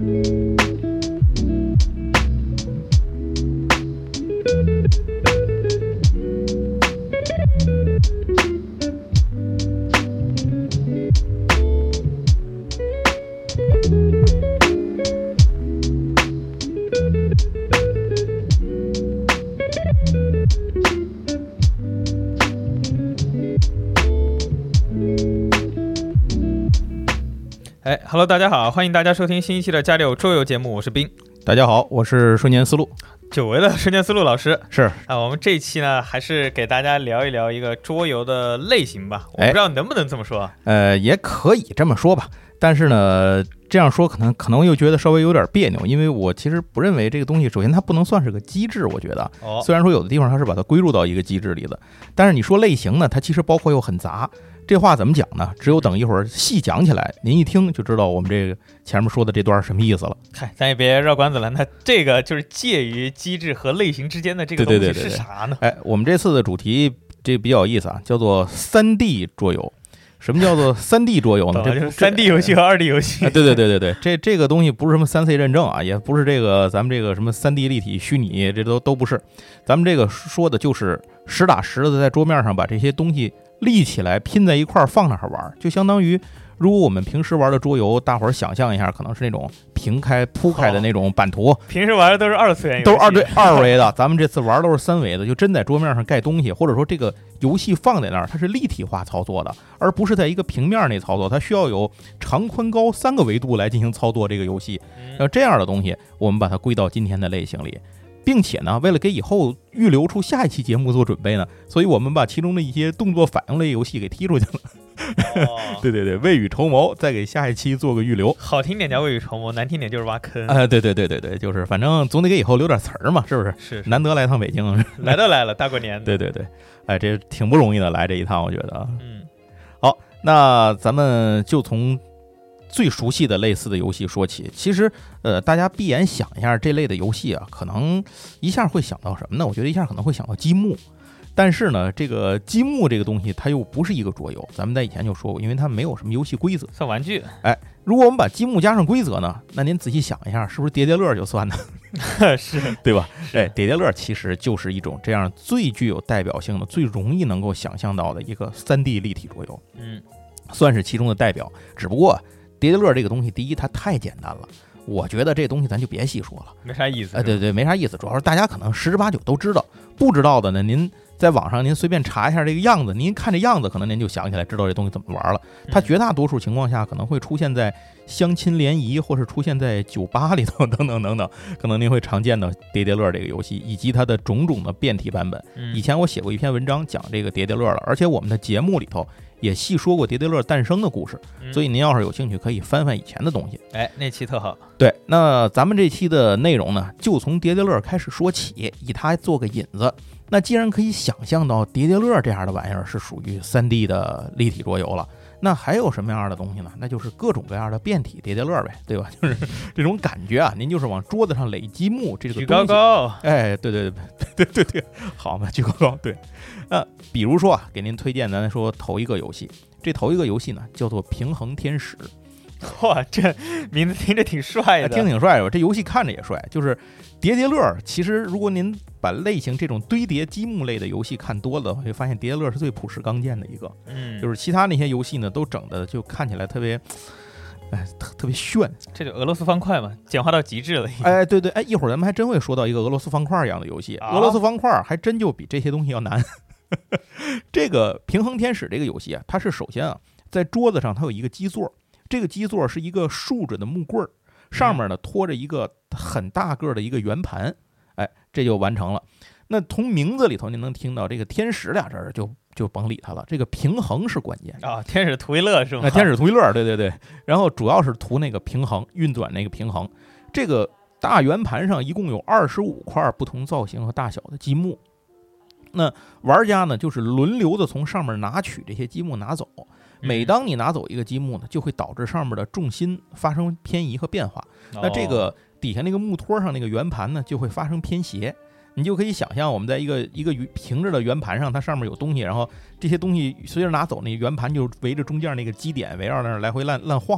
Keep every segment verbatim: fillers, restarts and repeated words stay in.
哎 ，Hello， 大家好，欢迎大家收听新一期的加六桌游节目，我是冰。 大家好，我是瞬间思路， 久违的瞬间思路老师。 是啊，我们这一期呢，还是给大家聊一聊一个桌游的类型吧。我不知道能不能这么说。 呃，也可以这么说吧，但是呢，这样说可能可能又觉得稍微有点别扭，因为我其实不认为这个东西，首先它不能算是个机制，我觉得， 哦、 虽然说有的地方它是把它归入到一个机制里的，但是你说类型呢，它其实包括又很杂。这话怎么讲呢？只有等一会儿细讲起来，您一听就知道我们这个前面说的这段什么意思了。 嗨，咱也别绕关子了，那这个就是介于机制和类型之间的这个东西是啥呢？ 对对对对对哎，我们这次的主题这比较有意思啊，叫做三 D 桌游。什么叫做三 D 桌游呢？ 这就是三 D 游戏和二 D 游戏。 哎、对对对对对，这这个东西不是什么三 C 认证啊，也不是这个咱们这个什么三 D 立体虚拟，这都都不是。咱们这个说的就是实打实的在桌面上把这些东西立起来拼在一块儿放那儿玩，就相当于如果我们平时玩的桌游，大伙儿想象一下，可能是那种平开铺开的那种版图， 平时玩的都是二次元游戏， 都是二对二维的，咱们这次玩都是三维的，就真在桌面上盖东西，或者说这个游戏放在那儿，它是立体化操作的，而不是在一个平面内操作，它需要有长宽高三个维度来进行操作这个游戏。那这样的东西，我们把它归到今天的类型里。并且呢，为了给以后预留出下一期节目做准备呢，所以我们把其中的一些动作反应类游戏给踢出去了。哦、对对对，未雨绸缪，再给下一期做个预留。 好听点叫未雨绸缪，难听点就是挖坑。 哎、呃，对对对对对，就是反正总得给以后留点词儿嘛，是不是？ 是, 是。 难得来趟北京， 来都来了，大过年的。 对对对，哎，这挺不容易的，来这一趟，我觉得。 嗯。 好，那咱们就从最熟悉的类似的游戏说起。其实呃大家闭眼想一下这类的游戏啊，可能一下会想到什么呢？我觉得一下可能会想到积木。但是呢，这个积木这个东西它又不是一个桌游，咱们在以前就说过，因为它没有什么游戏规则， 算玩具。 哎，如果我们把积木加上规则呢，那您仔细想一下，是不是叠叠乐就算呢？ 是， 对吧？哎，叠叠乐其实就是一种这样最具有代表性的、最容易能够想象到的一个 三 D 立体桌游， 嗯， 算是其中的代表。只不过叠叠乐这个东西，第一它太简单了，我觉得这东西咱就别细说了， 没啥意思。 哎，对对，没啥意思。主要是大家可能十之八九都知道，不知道的呢，您在网上您随便查一下这个样子，您看这样子，可能您就想起来知道这东西怎么玩了。它绝大多数情况下可能会出现在相亲联谊，或是出现在酒吧里头等等等等，可能您会常见到叠叠乐这个游戏以及它的种种的变体版本。以前我写过一篇文章讲这个叠叠乐了，而且我们的节目里头也细说过叠叠乐诞生的故事，所以您要是有兴趣可以翻翻以前的东西。 哎，那期特好。 对，那咱们这期的内容呢，就从叠叠乐开始说起，以它做个引子。那既然可以想象到叠叠乐这样的玩意儿是属于 三 D 的立体桌游了，那还有什么样的东西呢？那就是各种各样的变体叠叠乐呗，对吧？就是这种感觉啊，您就是往桌子上垒积木，这个举高高， 哎，对对对对对对，好嘛，举高高，对。那比如说啊，给您推荐咱说头一个游戏，这头一个游戏呢叫做平衡天使。 哇，这名字听着挺帅的， 听挺帅的，这游戏看着也帅。就是叠叠乐，其实如果您把类型这种堆叠积木类的游戏看多了，会发现叠叠乐是最朴实刚健的一个。 嗯， 就是其他那些游戏呢，都整的就看起来特别，哎，特特别炫。 这就俄罗斯方块嘛，简化到极致了。 哎，对对，哎，一会儿咱们还真会说到一个俄罗斯方块一样的游戏， 啊、 俄罗斯方块还真就比这些东西要难。这个平衡天使这个游戏啊，它是首先啊，在桌子上它有一个基座。这个基座是一个竖着的木棍儿，上面呢拖着一个很大个的一个圆盘，哎，这就完成了。那从名字里头您能听到这个天使俩字儿，就就甭理它了。这个平衡是关键啊，天使图一乐是吗？ 天使图一乐，对对对。然后主要是图那个平衡，运转那个平衡。这个大圆盘上一共有二十五块不同造型和大小的积木。那玩家呢，就是轮流的从上面拿取这些积木拿走。每当你拿走一个积木呢，就会导致上面的重心发生偏移和变化。那这个底下那个木托上那个圆盘呢，就会发生偏斜。你就可以想象，我们在一个一个平着的圆盘上，它上面有东西，然后这些东西随着拿走，那圆盘就围着中间那个基点围绕那儿来回乱乱晃。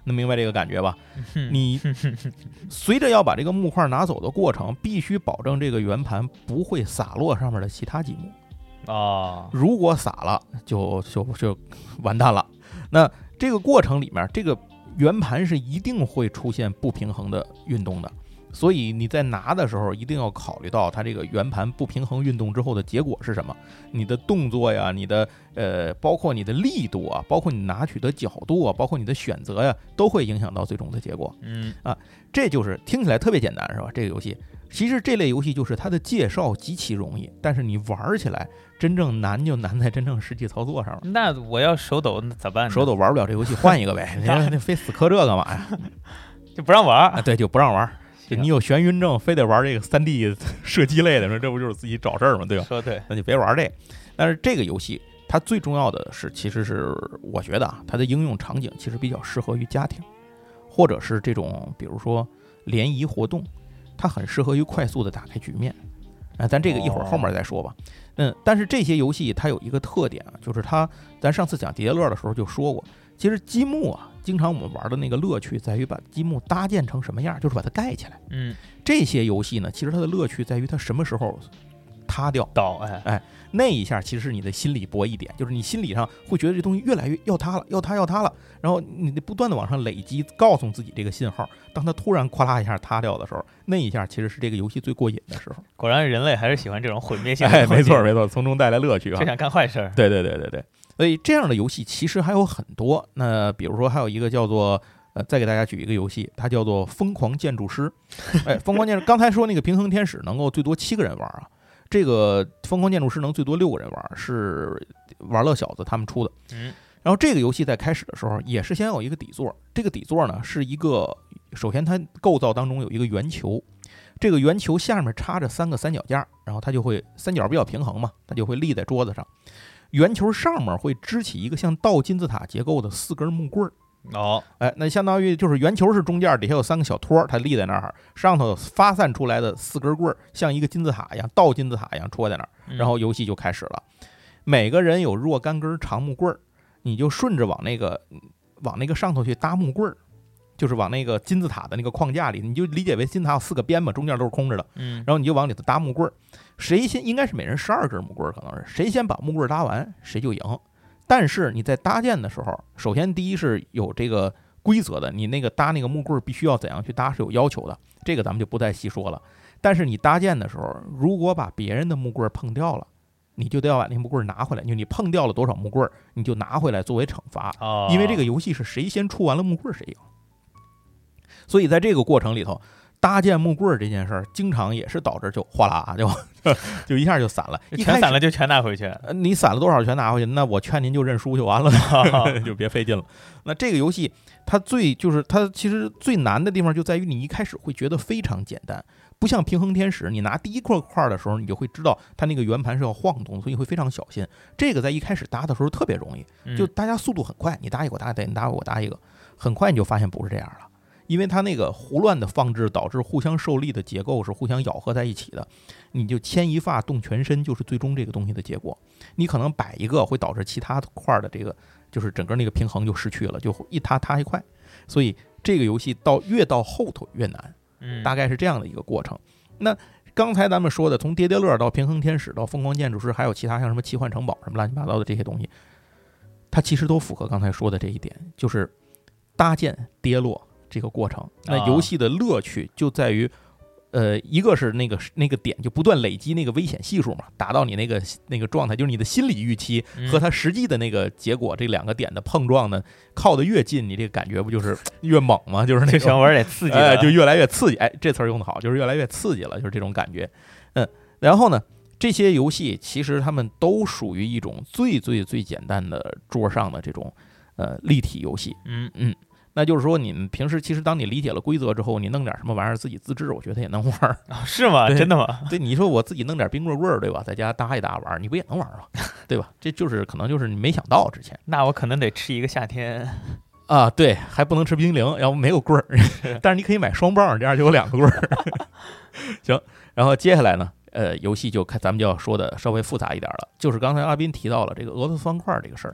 能明白这个感觉吧？你随着要把这个木块拿走的过程，必须保证这个圆盘不会洒落上面的其他积木。 哦， 如果洒了，就就就完蛋了。那这个过程里面，这个圆盘是一定会出现不平衡的运动的。所以你在拿的时候一定要考虑到它这个圆盘不平衡运动之后的结果是什么，你的动作呀，你的呃，包括你的力度啊，包括你拿取的角度啊，包括你的选择呀，都会影响到最终的结果。 嗯啊，这就是听起来特别简单是吧？这个游戏其实这类游戏就是它的介绍极其容易，但是你玩起来真正难就难在真正实际操作上了。 那我要手抖那咋办呢？ 手抖玩不了这游戏，换一个呗。你你非死磕这干嘛呀？ 就不让玩啊？对，就不让玩。你有眩晕症，非得玩这个三 D 射击类的，这不就是自己找事儿吗？对吧？ 说对， 那就别玩这。但是这个游戏它最重要的是，其实是我觉得啊，它的应用场景其实比较适合于家庭，或者是这种比如说联谊活动，它很适合于快速的打开局面。啊，咱这个一会儿后面再说吧。嗯，但是这些游戏它有一个特点啊，就是它，咱上次讲叠乐的时候就说过，其实积木啊，经常我们玩的那个乐趣在于把积木搭建成什么样，就是把它盖起来。 嗯， 这些游戏呢，其实它的乐趣在于它什么时候塌掉倒，哎哎，那一下其实是你的心理博弈点，就是你心理上会觉得这东西越来越要塌了，要塌要塌了，然后你不断的往上累积，告诉自己这个信号。当它突然咵啦一下塌掉的时候，那一下其实是这个游戏最过瘾的时候。 果然人类还是喜欢这种毁灭性的， 哎，没错没错，从中带来乐趣啊， 就想干坏事。 对对对对对，所以这样的游戏其实还有很多。那比如说还有一个叫做。呃，再给大家举一个游戏，它叫做《疯狂建筑师》。哎，疯狂建筑，刚才说那个平衡天使能够最多七个人玩啊，这个《疯狂建筑师》能最多六个人玩，是玩乐小子他们出的。 嗯， 然后这个游戏在开始的时候也是先有一个底座，这个底座呢是一个，首先它构造当中有一个圆球，这个圆球下面插着三个三脚架，然后它就会三角比较平衡嘛，它就会立在桌子上。圆球上面会支起一个像倒金字塔结构的四根木棍儿。 哦， 哎，那相当于就是圆球是中间，底下有三个小托，它立在那儿，上头发散出来的四根棍儿，像一个金字塔一样，倒金字塔一样戳在那儿，然后游戏就开始了。每个人有若干根长木棍儿，你就顺着往那个往那个上头去搭木棍儿，就是往那个金字塔的那个框架里，你就理解为金字塔有四个边嘛，中间都是空着的， 嗯， 然后你就往里头搭木棍儿，谁先应该是每人十二根木棍儿，可能是谁先把木棍儿搭完，谁就赢。但是你在搭建的时候，首先第一是有这个规则的，你那个搭那个木棍必须要怎样去搭是有要求的，这个咱们就不再细说了。但是你搭建的时候，如果把别人的木棍碰掉了，你就得要把那木棍拿回来，就你碰掉了多少木棍，你就拿回来作为惩罚。 哦， 因为这个游戏是谁先出完了木棍谁赢。所以在这个过程里头，搭建木棍这件事儿，经常也是导致就哗啦就就一下就散了， 全散了就全拿回去。 你散了多少全拿回去，那我劝您就认输就完了，就别费劲了。那这个游戏它最就是它其实最难的地方就在于你一开始会觉得非常简单，不像平衡天使，你拿第一块块的时候，你就会知道它那个圆盘是要晃动，所以会非常小心。这个在一开始搭的时候特别容易，就大家速度很快，你搭一个我搭一个，你搭一个我搭一个，很快你就发现不是这样了。因为它那个胡乱的放置导致互相受力的结构是互相咬合在一起的，你就牵一发动全身，就是最终这个东西的结果。你可能摆一个会导致其他块的这个就是整个那个平衡就失去了，就一塌塌一块。所以这个游戏到越到后头越难， 嗯， 大概是这样的一个过程。那刚才咱们说的从叠叠乐到平衡天使到疯狂建筑师，还有其他像什么奇幻城堡什么乱七八糟的这些东西，它其实都符合刚才说的这一点，就是搭建跌落这个过程。那游戏的乐趣就在于，呃，一个是那个那个点就不断累积那个危险系数嘛，达到你那个那个状态，就是你的心理预期和它实际的那个结果，这两个点的碰撞呢，靠得越近，你这个感觉不就是越猛吗？就是那个想玩点刺激， 哎，就越来越刺激。哎，这词儿用得好，就是越来越刺激了，就是这种感觉。嗯，然后呢，这些游戏其实他们都属于一种最最最简单的桌上的这种呃立体游戏。 嗯嗯。那就是说，你们平时其实当你理解了规则之后，你弄点什么玩意儿自己自制，我觉得也能玩儿、 哦、是吗？真的吗？ 对，你说我自己弄点冰棍棍儿，对吧？在家搭一搭玩，你不也能玩吗？对吧？这就是可能就是你没想到之前。 那我可能得吃一个夏天啊，对，还不能吃冰激凌，要不没有棍儿。但是你可以买双棒，这样就有两个棍儿。行，然后接下来呢，呃，游戏就看咱们就要说的稍微复杂一点了，就是刚才阿斌提到了这个俄罗斯方块这个事儿。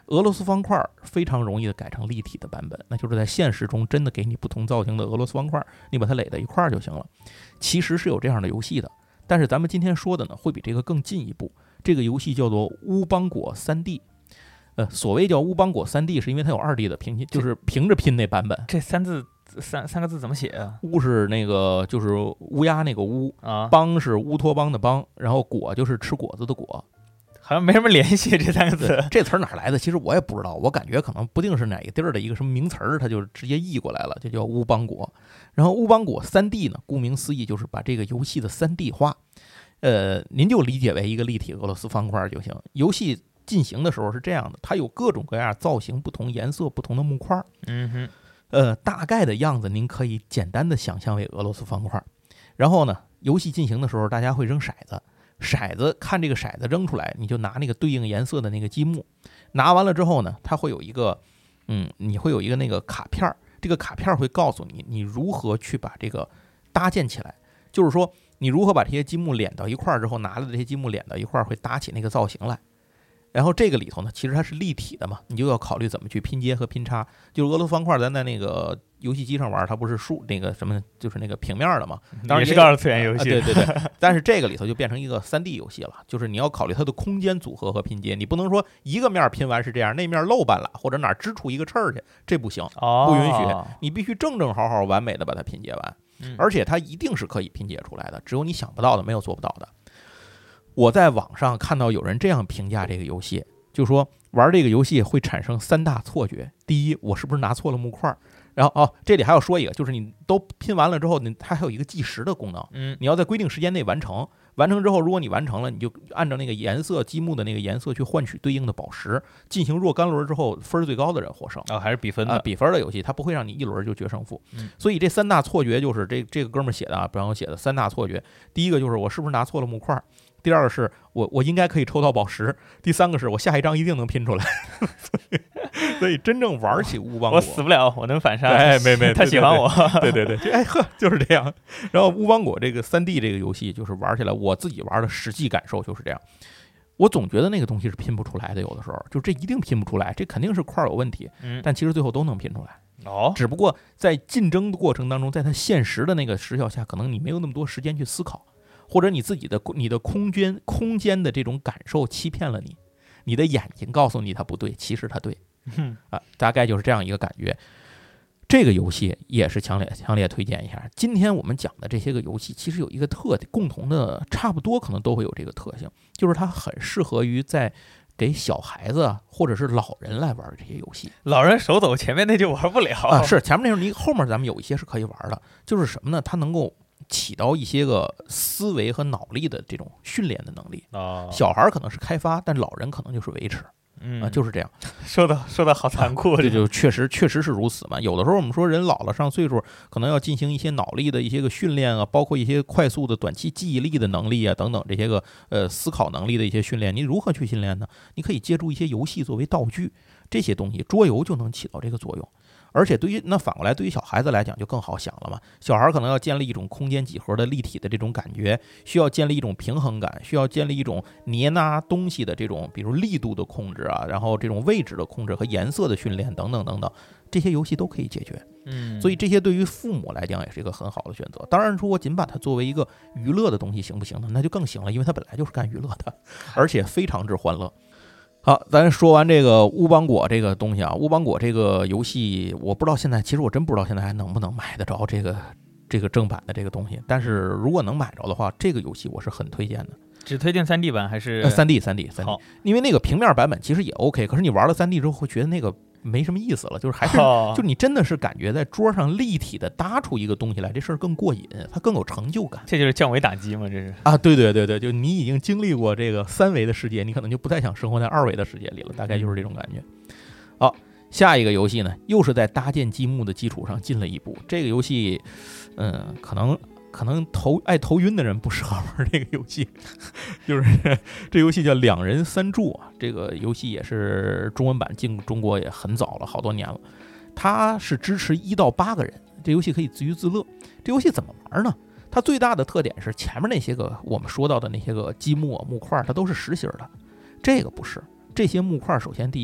俄罗斯方块非常容易的改成立体的版本，那就是在现实中真的给你不同造型的俄罗斯方块，你把它垒在一块儿就行了。其实是有这样的游戏的，但是咱们今天说的呢，会比这个更进一步。这个游戏叫做乌邦果 三 D。呃，所谓叫乌邦果 三 D， 是因为它有 二 D 的拼，就是平着拼那版本。 这三字三三个字怎么写啊？ 乌是那个就是乌鸦那个乌啊， 邦是乌托邦的邦，然后果就是吃果子的果。 好像没什么联系，这三个字。 这词儿哪来的？其实我也不知道，我感觉可能不定是哪个地儿的一个什么名词儿，它就直接译过来了，就叫乌邦果。然后乌邦果 三 D 呢，顾名思义就是把这个游戏的 三 D 化，呃，您就理解为一个立体俄罗斯方块就行。游戏进行的时候是这样的，它有各种各样造型、不同颜色、不同的木块， 嗯哼， 呃，大概的样子您可以简单的想象为俄罗斯方块。然后呢，游戏进行的时候，大家会扔骰子。骰子看这个骰子扔出来，你就拿那个对应颜色的那个积木，拿完了之后呢，它会有一个，嗯，你会有一个那个卡片，这个卡片会告诉你你如何去把这个搭建起来，就是说你如何把这些积木连到一块儿之后，拿了这些积木连到一块儿会搭起那个造型来。然后这个里头呢，其实它是立体的嘛，你就要考虑怎么去拼接和拼插。就是俄罗斯方块，咱在那个游戏机上玩，它不是竖那个什么，就是那个平面的嘛，当然也是个二次元游戏、 啊。对对对，但是这个里头就变成一个 三 D 游戏了，就是你要考虑它的空间组合和拼接，你不能说一个面拼完是这样，那面漏半了或者哪支出一个刺儿去，这不行，不允许，你必须正正好好完美的把它拼接完，而且它一定是可以拼接出来的，只有你想不到的，没有做不到的。我在网上看到有人这样评价这个游戏，就说玩这个游戏会产生三大错觉。第一，我是不是拿错了木块？然后哦，这里还要说一个，就是你都拼完了之后，你它还有一个计时的功能， 嗯， 你要在规定时间内完成。完成之后，如果你完成了，你就按照那个颜色积木的那个颜色去换取对应的宝石，进行若干轮之后，分最高的人获胜。 啊、哦，还是比分的、 啊，比分的游戏，它不会让你一轮就决胜负。 嗯、 所以这三大错觉就是这这个哥们儿写的啊，不让我写的三大错觉。第一个就是我是不是拿错了木块？第二个是我我应该可以抽到宝石，第三个是我下一张一定能拼出来。所以真正玩起乌邦果， 我死不了，我能反杀。 哎，没没， 他喜欢我。 对对对，对哎呵，就是这样。然后乌邦果这个 三 D 这个游戏，就是玩起来我自己玩的实际感受就是这样。我总觉得那个东西是拼不出来的，有的时候就这一定拼不出来，这肯定是块有问题。 嗯， 但其实最后都能拼出来。 哦， 只不过在竞争的过程当中，在它现实的那个时效下，可能你没有那么多时间去思考。或者你自己的你的空间空间的这种感受欺骗了你，你的眼睛告诉你它不对，其实它对，啊，大概就是这样一个感觉。这个游戏也是强烈强烈推荐一下。今天我们讲的这些个游戏，其实有一个特点，共同的差不多可能都会有这个特性，就是它很适合于在给小孩子或者是老人来玩这些游戏。 老人手抖，前面那就玩不了啊，是前面那你后面咱们有一些是可以玩的，就是什么呢？它能够起到一些个思维和脑力的这种训练的能力。 哦， 小孩可能是开发，但老人可能就是维持。 嗯啊，就是这样。 说的说的好残酷， 这、啊、就确实确实是如此嘛。有的时候我们说人老了上岁数，可能要进行一些脑力的一些个训练啊，包括一些快速的短期记忆力的能力啊等等这些个呃思考能力的一些训练。你如何去训练呢？你可以借助一些游戏作为道具，这些东西桌游就能起到这个作用。而且对于那反过来，对于小孩子来讲就更好想了嘛。小孩可能要建立一种空间几何的立体的这种感觉，需要建立一种平衡感，需要建立一种捏拿东西的这种，比如力度的控制啊，然后这种位置的控制和颜色的训练等等等等，这些游戏都可以解决。 嗯， 所以这些对于父母来讲也是一个很好的选择。当然说我仅把它作为一个娱乐的东西行不行呢？那就更行了，因为它本来就是干娱乐的，而且非常之欢乐。好，咱说完这个乌邦果这个东西啊，乌邦果这个游戏，我不知道现在，其实我真不知道现在还能不能买得着这个这个正版的这个东西。但是如果能买着的话，这个游戏我是很推荐的。 只推荐 三 D 版还是？ 呃，三 D 三 D 三 D， 好， 因为那个平面版本其实也 OK， 可是你玩了三 D 之后会觉得那个没什么意思了，就是还是、哦、就你真的是感觉在桌上立体的搭出一个东西来，这事儿更过瘾，它更有成就感。 这就是降维打击嘛，这是啊，对对对对，就你已经经历过这个三维的世界，你可能就不再想生活在二维的世界里了，大概就是这种感觉。好，下一个游戏呢，又是在搭建积木的基础上进了一步。这个游戏，嗯，可能。可能头爱头晕的人不适合玩这个游戏，就是这游戏叫两人三柱啊。这个游戏也是中文版进中国也很早了，好多年了。它是支持一到八个人，这游戏可以自娱自乐。这游戏怎么玩呢？它最大的特点是前面那些个我们说到的那些个积木啊木块，它都是实心的，这个不是。这些木块首先第一个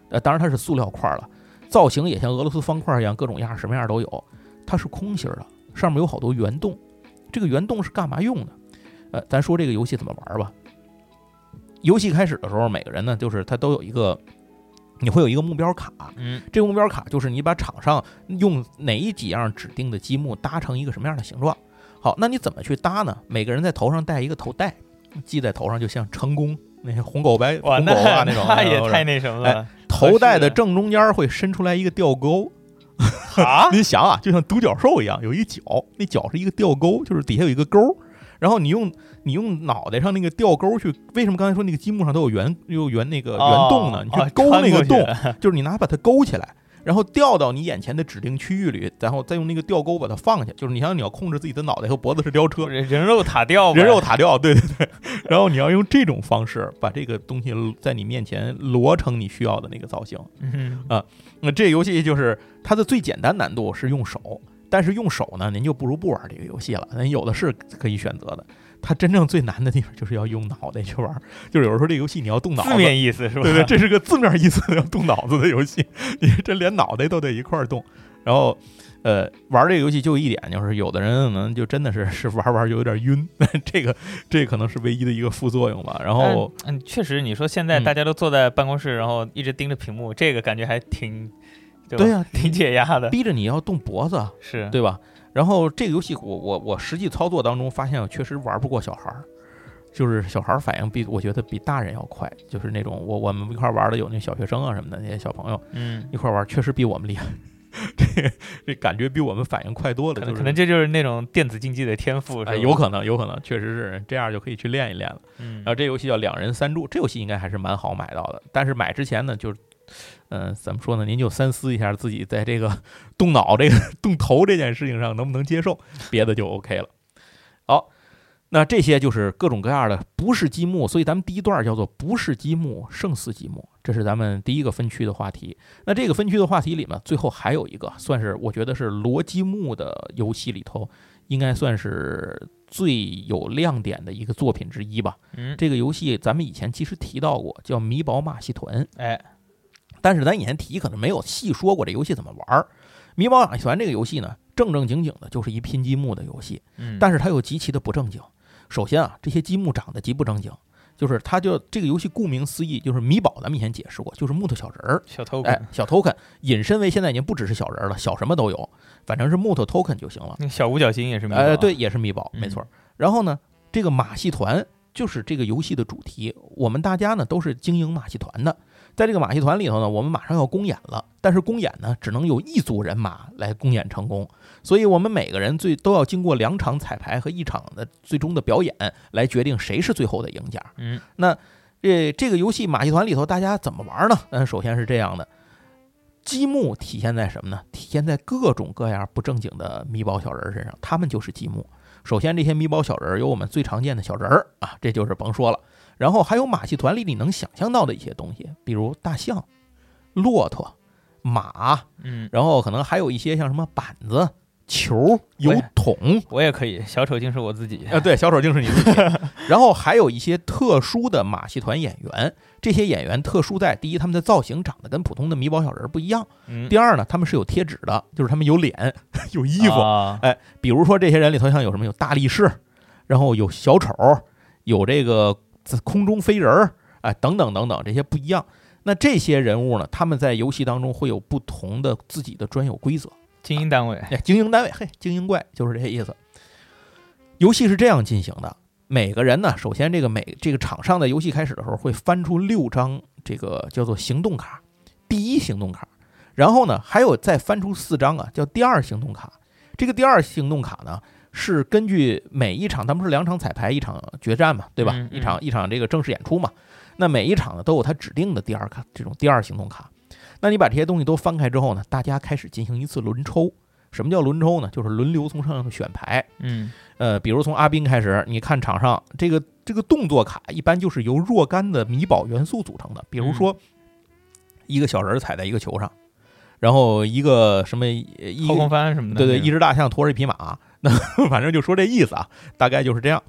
呃，当然它是塑料块了，造型也像俄罗斯方块一样，各种样什么样都有。它是空心的，上面有好多圆洞。这个圆洞是干嘛用的？呃，咱说这个游戏怎么玩吧。游戏开始的时候，每个人呢，就是他都有一个，你会有一个目标卡。 嗯， 这个目标卡就是你把场上用哪几样指定的积木搭成一个什么样的形状。好，那你怎么去搭呢？每个人在头上戴一个头带，系在头上，就像成功那些红狗白红狗啊那种， 那也太那什么了。 哎，头带的正中间会伸出来一个吊钩。 啊， 您想啊，就像独角兽一样，有一角，那角是一个吊钩，就是底下有一个钩，然后你用你用脑袋上那个吊钩去，为什么刚才说那个积木上都有圆有圆那个圆洞呢？ 哦、 你去勾那个洞，哦、就是你拿把它勾起来，然后掉到你眼前的指定区域里，然后再用那个吊钩把它放下，就是你想你要控制自己的脑袋和脖子是吊车， 人肉塔吊， 人肉塔吊，对对对，然后你要用这种方式把这个东西在你面前摞成你需要的那个造型。 嗯啊，那这游戏就是它的最简单难度是用手，但是用手呢，您就不如不玩这个游戏了，那有的是可以选择的。它真正最难的地方就是要用脑袋去玩，就是有人说这游戏你要动脑子， 字面意思是吧？ 对对，这是个字面意思要动脑子的游戏，你这连脑袋都得一块儿动。然后，呃，玩这个游戏就一点，就是有的人可能就真的是是玩玩就有点晕，这个这可能是唯一的一个副作用吧。然后， 嗯，确实，你说现在大家都坐在办公室，嗯、然后一直盯着屏幕，这个感觉还挺，对, 对呀、啊， 挺解压的， 逼着你要动脖子， 是对吧？然后这个游戏我我我实际操作当中发现，我确实玩不过小孩儿，就是小孩儿反应比我觉得比大人要快，就是那种我我们一块玩的有那小学生啊什么的那些小朋友， 嗯， 一块玩确实比我们厉害，这这感觉比我们反应快多了， 可能、 就是、 可能这就是那种电子竞技的天赋， 哎，有可能有可能确实是这样，就可以去练一练了。 嗯， 然后这游戏叫两人三柱，这游戏应该还是蛮好买到的，但是买之前呢，就是嗯、呃，怎么说呢？您就三思一下自己在这个动脑、这个动头这件事情上能不能接受，别的就 OK 了。好，那这些就是各种各样的不是积木，所以咱们第一段叫做不是积木胜似积木，这是咱们第一个分区的话题。那这个分区的话题里面，最后还有一个算是我觉得是罗积木的游戏里头，应该算是最有亮点的一个作品之一吧。 嗯， 这个游戏咱们以前其实提到过，叫米宝马戏团。 哎。 但是咱以前提可能没有细说过这游戏怎么玩。米宝马戏团这个游戏呢，正正经经的就是一拼积木的游戏， 嗯， 但是它又极其的不正经。首先啊，这些积木长得极不正经，就是它就这个游戏顾名思义就是米宝，咱们以前解释过，就是木头小人儿， 小 token， 哎，小 token 引申为现在已经不只是小人了，小什么都有，反正是木头 token 就行了。 小五角星也是米宝， 呃，对，也是米宝， 嗯、 没错。然后呢，这个马戏团就是这个游戏的主题，我们大家呢都是经营马戏团的。在这个马戏团里头呢，我们马上要公演了，但是公演呢只能有一组人马来公演成功，所以我们每个人最都要经过两场彩排和一场的最终的表演来决定谁是最后的赢家。 嗯， 那这这个游戏马戏团里头大家怎么玩呢？嗯，首先是这样的，积木体现在什么呢？体现在各种各样不正经的米宝小人身上，他们就是积木。首先这些米宝小人有我们最常见的小人儿啊，这就是甭说了。然后还有马戏团里你能想象到的一些东西，比如大象、骆驼、马， 嗯， 然后可能还有一些像什么板子、球、油桶， 我也可以，小丑竟是我自己啊，对，小丑竟是你自己。然后还有一些特殊的马戏团演员，这些演员特殊在第一，他们的造型长得跟普通的米宝小人不一样； 嗯、 第二呢，他们是有贴纸的，就是他们有脸、有衣服。 啊、 哎，比如说这些人里头像有什么？有大力士，然后有小丑，有这个空中飞人儿，哎，等等等等，这些不一样。那这些人物呢，他们在游戏当中会有不同的自己的专有规则。 精英单位， 哎，精英单位，嘿，精英怪就是这些意思。游戏是这样进行的，每个人呢，首先这个每这个场上的游戏开始的时候会翻出六张这个叫做行动卡，第一行动卡，然后呢还有再翻出四张啊，叫第二行动卡。这个第二行动卡呢，是根据每一场，他们是两场彩排，一场决战嘛，对吧？ 嗯嗯、 一场一场这个正式演出嘛。那每一场呢都有它指定的第二卡，这种第二行动卡。那你把这些东西都翻开之后呢，大家开始进行一次轮抽。什么叫轮抽呢？就是轮流从上选牌。 嗯， 呃，比如从阿斌开始，你看场上这个这个动作卡一般就是由若干的米宝元素组成的，比如说一个小人踩在一个球上，然后一个什么一后空翻什么的， 对对，一只大象驮着一匹马，那反正就说这意思啊，大概就是这样。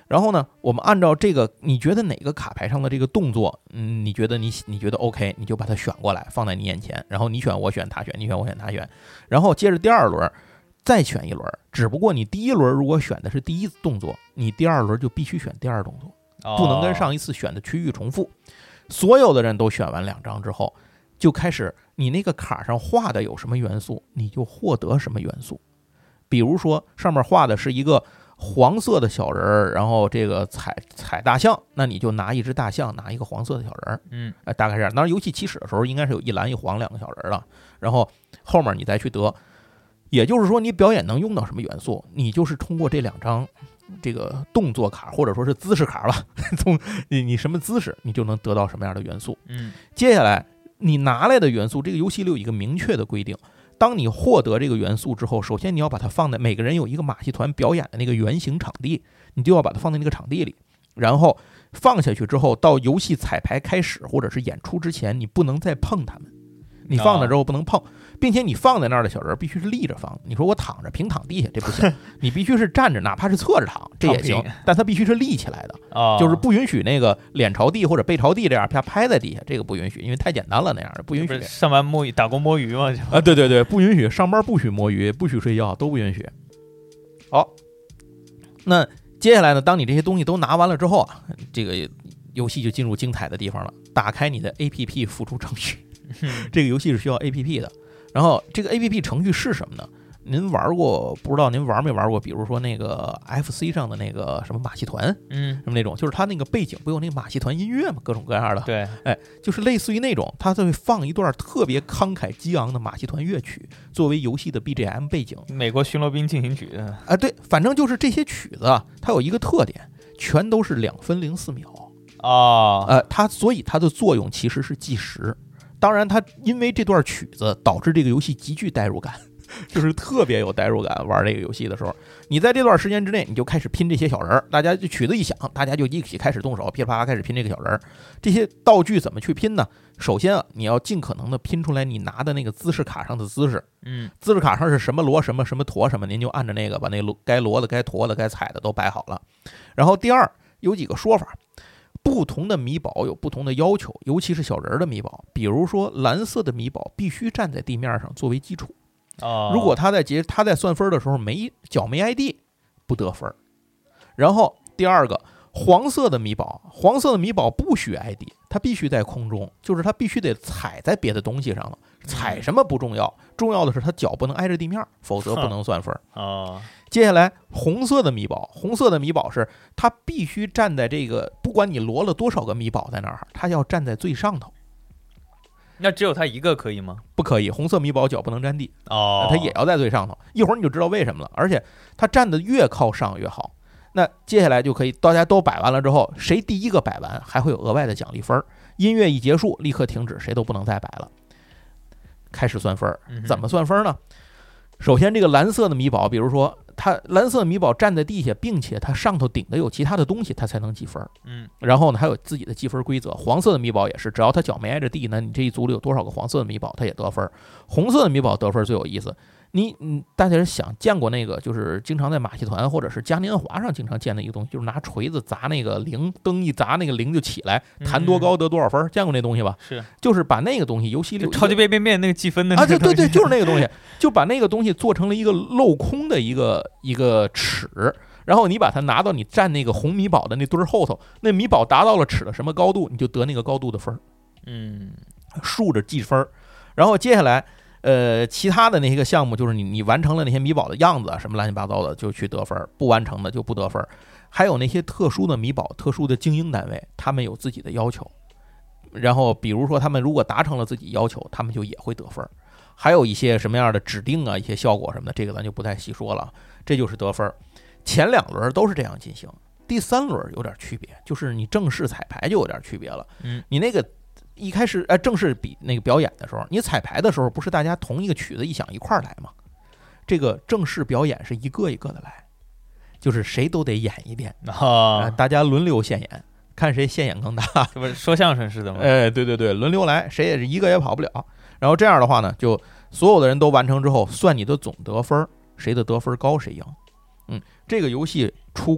然后呢，我们按照这个，你觉得哪个卡牌上的这个动作，嗯，你觉得你你觉得 OK， 你就把它选过来放在你眼前，然后你选我选他选，你选我选他选，然后接着第二轮再选一轮。只不过你第一轮如果选的是第一动作，你第二轮就必须选第二动作，不能跟上一次选的区域重复。所有的人都选完两张之后，就开始你那个卡上画的有什么元素，你就获得什么元素。比如说上面画的是一个黄色的小人，然后这个踩踩大象，那你就拿一只大象，拿一个黄色的小人， 嗯， 哎，大概是这样。当然，游戏起始的时候应该是有一蓝一黄两个小人了，然后后面你再去得。也就是说，你表演能用到什么元素，你就是通过这两张这个动作卡或者说是姿势卡吧，从你你什么姿势，你就能得到什么样的元素。 嗯， 接下来你拿来的元素，这个游戏里有一个明确的规定。当你获得这个元素之后，首先你要把它放在每个人有一个马戏团表演的那个圆形场地，你就要把它放在那个场地里，然后放下去之后，到游戏彩排开始或者是演出之前，你不能再碰它们。你放那之后不能碰，并且你放在那儿的小人必须是立着放。你说我躺着平躺地下，这不行，你必须是站着，哪怕是侧着躺，这也行，但它必须是立起来的，就是不允许那个脸朝地或者背朝地这样啪拍在地下，这个不允许，因为太简单了那样的，不允许。 上班摸鱼打工摸鱼嘛？ 啊，对对对，不允许，上班不许摸鱼，不许睡觉，都不允许。好，那接下来呢？当你这些东西都拿完了之后啊，这个游戏就进入精彩的地方了。打开你的 A P P 辅助程序。这个游戏是需要 A P P 的，然后这个 A P P 程序是什么呢？您玩过不知道您玩没玩过？比如说那个 F C 上的那个什么马戏团， 嗯， 什么那种，就是它那个背景不有那个马戏团音乐吗？各种各样的， 对， 哎，就是类似于那种，它会放一段特别慷慨激昂的马戏团乐曲作为游戏的 B G M 背景。 美国巡逻兵进行曲啊、 呃，对，反正就是这些曲子啊，它有一个特点，全都是两分零四秒啊、哦， 呃，它所以它的作用其实是计时。当然，它因为这段曲子导致这个游戏极具代入感，就是特别有代入感。玩这个游戏的时候，你在这段时间之内，你就开始拼这些小人，大家就曲子一响，大家就一起开始动手，噼里啪啦开始拼这个小人。这些道具怎么去拼呢？首先啊，你要尽可能的拼出来你拿的那个姿势卡上的姿势。 嗯， 姿势卡上是什么锣什么什么驼什么，您就按着那个把那该锣的、该驼的、该踩的都摆好了。然后第二，有几个说法。不同的米宝有不同的要求，尤其是小人的米宝。比如说蓝色的米宝必须站在地面上作为基础， 哦， 如果他在结他在算分的时候没脚没挨地，不得分。然后第二个，黄色的米宝，黄色的米宝不许挨地，它必须在空中，就是它必须得踩在别的东西上了。踩什么不重要，重要的是它脚不能挨着地面，否则不能算分。 哦， 接下来红色的米宝，红色的米宝是它必须站在这个，不管你摞了多少个米宝在那儿，它要站在最上头。 那只有它一个可以吗？ 不可以，红色米宝脚不能沾地哦， 它也要在最上头。一会儿你就知道为什么了。而且它站得越靠上越好。那接下来就可以，大家都摆完了之后，谁第一个摆完还会有额外的奖励分。音乐一结束，立刻停止，谁都不能再摆了。开始算分，怎么算分呢？首先，这个蓝色的米宝，比如说它蓝色米宝站在地下，并且它上头顶的有其他的东西，它才能计分。 嗯， 然后呢，还有自己的计分规则。黄色的米宝也是，只要它脚没挨着地呢，你这一组里有多少个黄色的米宝，它也得分。红色的米宝得分最有意思。你嗯，大家想见过那个，就是经常在马戏团或者是嘉年华上经常见的一个东西，就是拿锤子砸那个铃，灯一砸那个铃就起来，弹多高得多少分，见过那东西吧？ 是， 就是把那个东西，游戏里超级变变变那个计分的那个啊，对对对，就是那个东西，就把那个东西做成了一个镂空的一个一个尺，然后你把它拿到你站那个红米宝的那堆后头，那米宝达到了尺的什么高度，你就得那个高度的分。 嗯， 竖着计分，然后接下来。呃，其他的那些个项目就是你你完成了那些米宝的样子什么乱七八糟的就去得分，不完成的就不得分。还有那些特殊的米宝、特殊的精英单位，他们有自己的要求。然后比如说他们如果达成了自己要求，他们就也会得分。还有一些什么样的指定啊，一些效果什么的，这个咱就不太细说了。这就是得分。前两轮都是这样进行，第三轮有点区别，就是你正式彩排就有点区别了。 嗯， 你那个。一开始呃正式比那个表演的时候，你彩排的时候不是大家同一个曲子一响一块儿来吗？这个正式表演是一个一个的来，就是谁都得演一遍啊、哦呃， 大家轮流现演，看谁现眼更大。 这不是说相声似的吗？ 哎，对对对，轮流来，谁也是一个也跑不了。然后这样的话呢，就所有的人都完成之后，算你的总得分，谁的得分高谁赢。嗯，这个游戏出过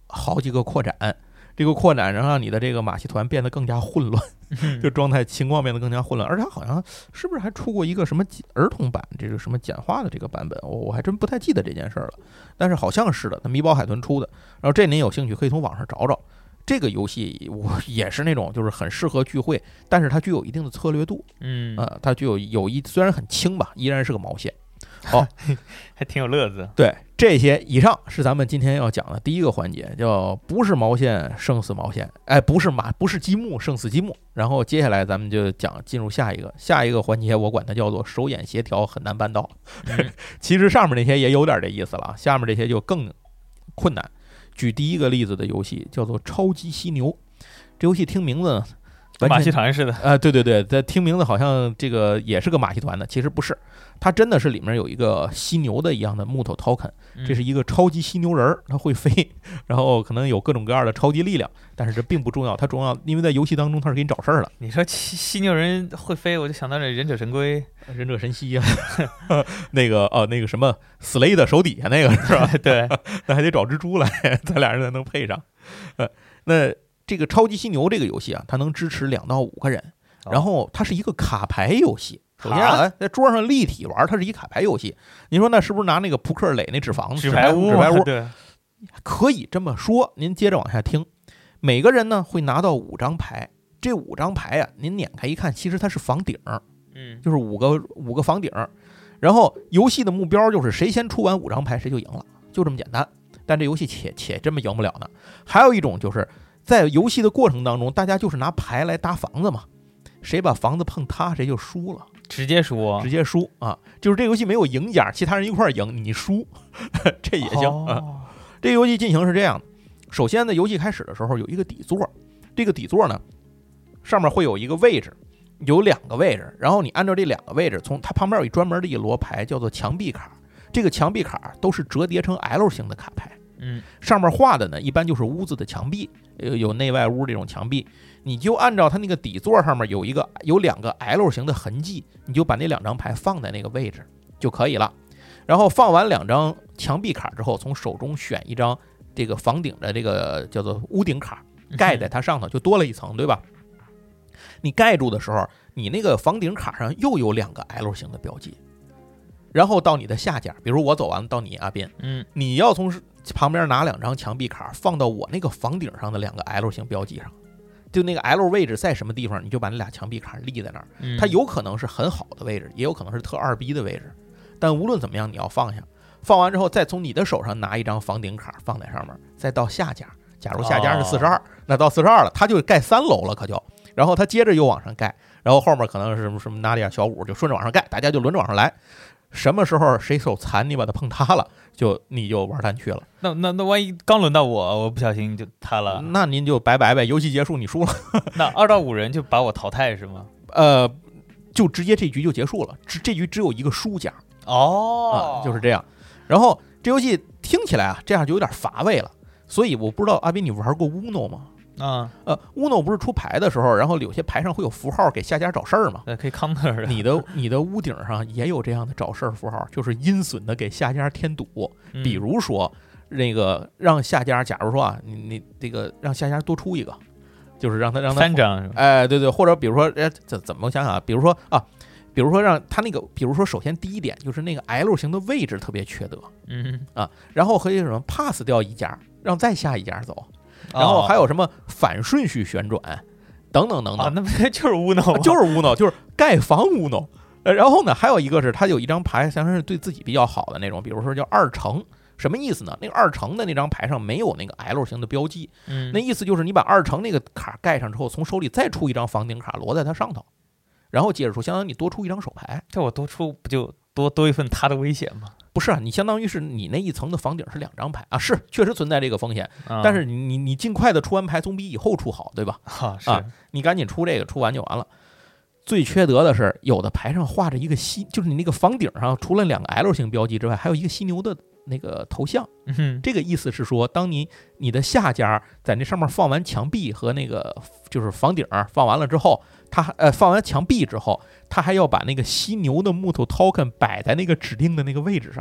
好几个扩展，这个扩展能让你的这个马戏团变得更加混乱，就状态情况变得更加混乱。而且好像是不是还出过一个什么儿童版，这个什么简化的这个版本，我我还真不太记得这件事了。但是好像是的，它米宝海豚出的。然后这您有兴趣可以从网上找找。这个游戏我也是那种就是很适合聚会，但是它具有一定的策略度， 嗯， 呃，它具有有一虽然很轻吧，依然是个毛线。好、哦， 还挺有乐子。 对，这些以上是咱们今天要讲的第一个环节，叫不是毛线胜死毛线，哎，不是马，不是积木胜死积木。然后接下来咱们就讲进入下一个下一个环节，我管它叫做手眼协调很难办到。嗯、其实上面那些也有点这意思了，下面这些就更困难。举第一个例子的游戏叫做超级犀牛，这游戏听名字呢跟马戏团似的啊、呃，对对对，在听名字好像这个也是个马戏团的，其实不是，它真的是里面有一个犀牛的一样的木头 token， 这是一个超级犀牛人，它会飞，然后可能有各种各样的超级力量，但是这并不重要，它重要，因为在游戏当中它是给你找事儿了。 你说犀牛人会飞，我就想到这忍者神龟、 忍者神龟啊，那个哦，那个什么 Slay 的手底下那个是吧？ 对， 那还得找蜘蛛来，咱俩人才能配上。呃，那。这个超级犀牛这个游戏啊，它能支持两到五个人，然后它是一个卡牌游戏。首先啊，在桌上立体玩，它是一卡牌游戏。您说那是不是拿那个扑克垒那纸房子、 纸牌屋？ 纸牌屋， 对， 可以这么说。您接着往下听，每个人呢会拿到五张牌，这五张牌啊，您捻开一看，其实它是房顶， 嗯， 就是五个五个房顶。然后游戏的目标就是谁先出完五张牌谁就赢了，就这么简单。但这游戏且且这么赢不了呢。还有一种就是在游戏的过程当中，大家就是拿牌来搭房子嘛，谁把房子碰塌谁就输了， 直接输， 直接输啊！就是这游戏没有赢家，其他人一块赢，你输，这也行啊。 哦、 这个游戏进行是这样的：首先呢，游戏开始的时候有一个底座，这个底座呢上面会有一个位置，有两个位置，然后你按照这两个位置，从它旁边有一专门的一摞牌叫做墙壁卡，这个墙壁卡都是折叠成 L 型的卡牌。 嗯， 上面画的呢，一般就是屋子的墙壁，有内外屋这种墙壁，你就按照它那个底座上面有一个有两个 L 型的痕迹，你就把那两张牌放在那个位置就可以了。然后放完两张墙壁卡之后，从手中选一张这个房顶的这个叫做屋顶卡，盖在它上头，就多了一层，对吧？你盖住的时候，你那个房顶卡上又有两个 L 型的标记。然后到你的下家，比如我走完了，到你阿斌， 嗯， 你要从旁边拿两张墙壁卡放到我那个房顶上的两个 L 型标记上，就那个 L 位置在什么地方，你就把那俩墙壁卡立在那儿。 嗯、 它有可能是很好的位置，也有可能是特二逼的位置，但无论怎么样，你要放下。放完之后，再从你的手上拿一张房顶卡放在上面，再到下家。假如下家是四十二，那到四十二了，它就盖三楼了，可就。然后它接着又往上盖，然后后面可能是什么什么拿点小五，就顺着往上盖，大家就轮着往上来。什么时候谁手残，你把它碰塌了，就你就玩蛋去了。 那那那万一刚轮到我，我不小心就塌了， 那您就拜拜呗，游戏结束，你输了。 那二到五人就把我淘汰是吗？ 呃，就直接这局就结束了，这这局只有一个输家。 哦、 啊，就是这样。然后这游戏听起来啊，这样就有点乏味了。所以我不知道阿斌你玩过 Uno 吗？ 啊， 呃 ，Uno 不是出牌的时候，然后有些牌上会有符号给下家找事儿吗？ 对，可以 counter 的。 你的你的屋顶上也有这样的找事儿符号，就是阴损的给下家添堵。 嗯、 比如说那个让下家，假如说啊，你你这个让下家多出一个，就是让他让他三张是吧？ 哎，对对，或者比如说，哎，怎怎么想想啊？比如说啊，比如说让他那个，比如说首先第一点就是那个 L 型的位置特别缺德， 嗯啊，然后可以什么 pass 掉一家，让再下一家走。然后还有什么反顺序旋转，等等等等， 啊、那不就是乌诺、 啊？就是 Uno， 就是盖房 Uno。呃，然后呢，还有一个是它有一张牌，相当是对自己比较好的那种，比如说叫二乘，什么意思呢？那个二乘的那张牌上没有那个 L 型的标记， 嗯， 那意思就是你把二乘那个卡盖上之后，从手里再出一张房顶卡摞在它上头，然后接着出，相当于你多出一张手牌。 这我多出不就多多一份他的危险吗？ 不是啊，你相当于是你那一层的房顶是两张牌啊，是确实存在这个风险， 嗯、 但是你你你尽快的出完牌总比以后出好，对吧？ 啊，是啊，你赶紧出这个，出完就完了。最缺德的是，有的牌上画着一个犀，就是你那个房顶上除了两个 L 型标记之外，还有一个犀牛的那个头像。 嗯， 这个意思是说，当你你的下家在那上面放完墙壁和那个就是房顶放完了之后，他呃放完墙壁之后，他还要把那个犀牛的木头 token 摆在那个指定的那个位置上。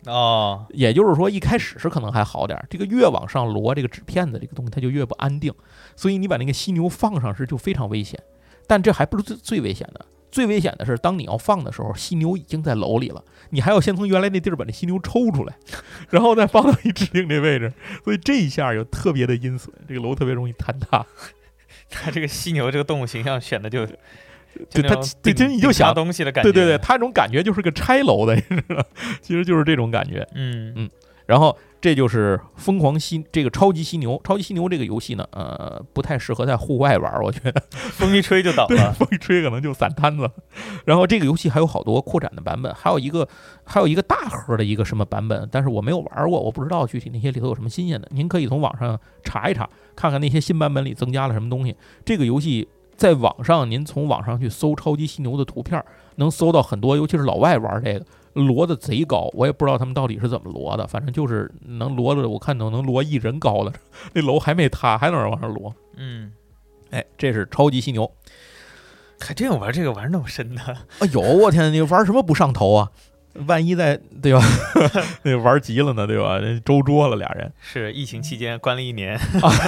哦， 也就是说一开始是可能还好点，这个越往上摞这个纸片子这个东西它就越不安定，所以你把那个犀牛放上时就非常危险。但这还不是最最危险的，最危险的是当你要放的时候，犀牛已经在楼里了，你还要先从原来那地儿把那犀牛抽出来，然后再放到你指定这位置，所以这一下有特别的阴损，这个楼特别容易坍塌。 它这个犀牛这个动物形象选的就。 对他，对，其实你就想东西的感觉， 对对对，他这种感觉就是个拆楼的，你知道，其实就是这种感觉， 嗯嗯。然后这就是疯狂犀这个超级犀牛，超级犀牛这个游戏呢，呃，不太适合在户外玩，我觉得风一吹就倒了， 风一吹可能就散摊子。然后这个游戏还有好多扩展的版本，还有一个还有一个大盒的一个什么版本，但是我没有玩过，我不知道具体那些里头有什么新鲜的，您可以从网上查一查，看看那些新版本里增加了什么东西。这个游戏。在网上，您从网上去搜超级犀牛的图片，能搜到很多，尤其是老外玩这个，摞的贼高。我也不知道他们到底是怎么摞的，反正就是能摞的，我看能能摞一人高了，那楼还没塌，还能往上摞。 嗯， 哎，这是超级犀牛， 还真有玩这个玩那么深的。 哎呦，我天，你玩什么不上头啊？万一在对吧？那玩急了呢，对吧？周桌了俩人。 是疫情期间关了一年。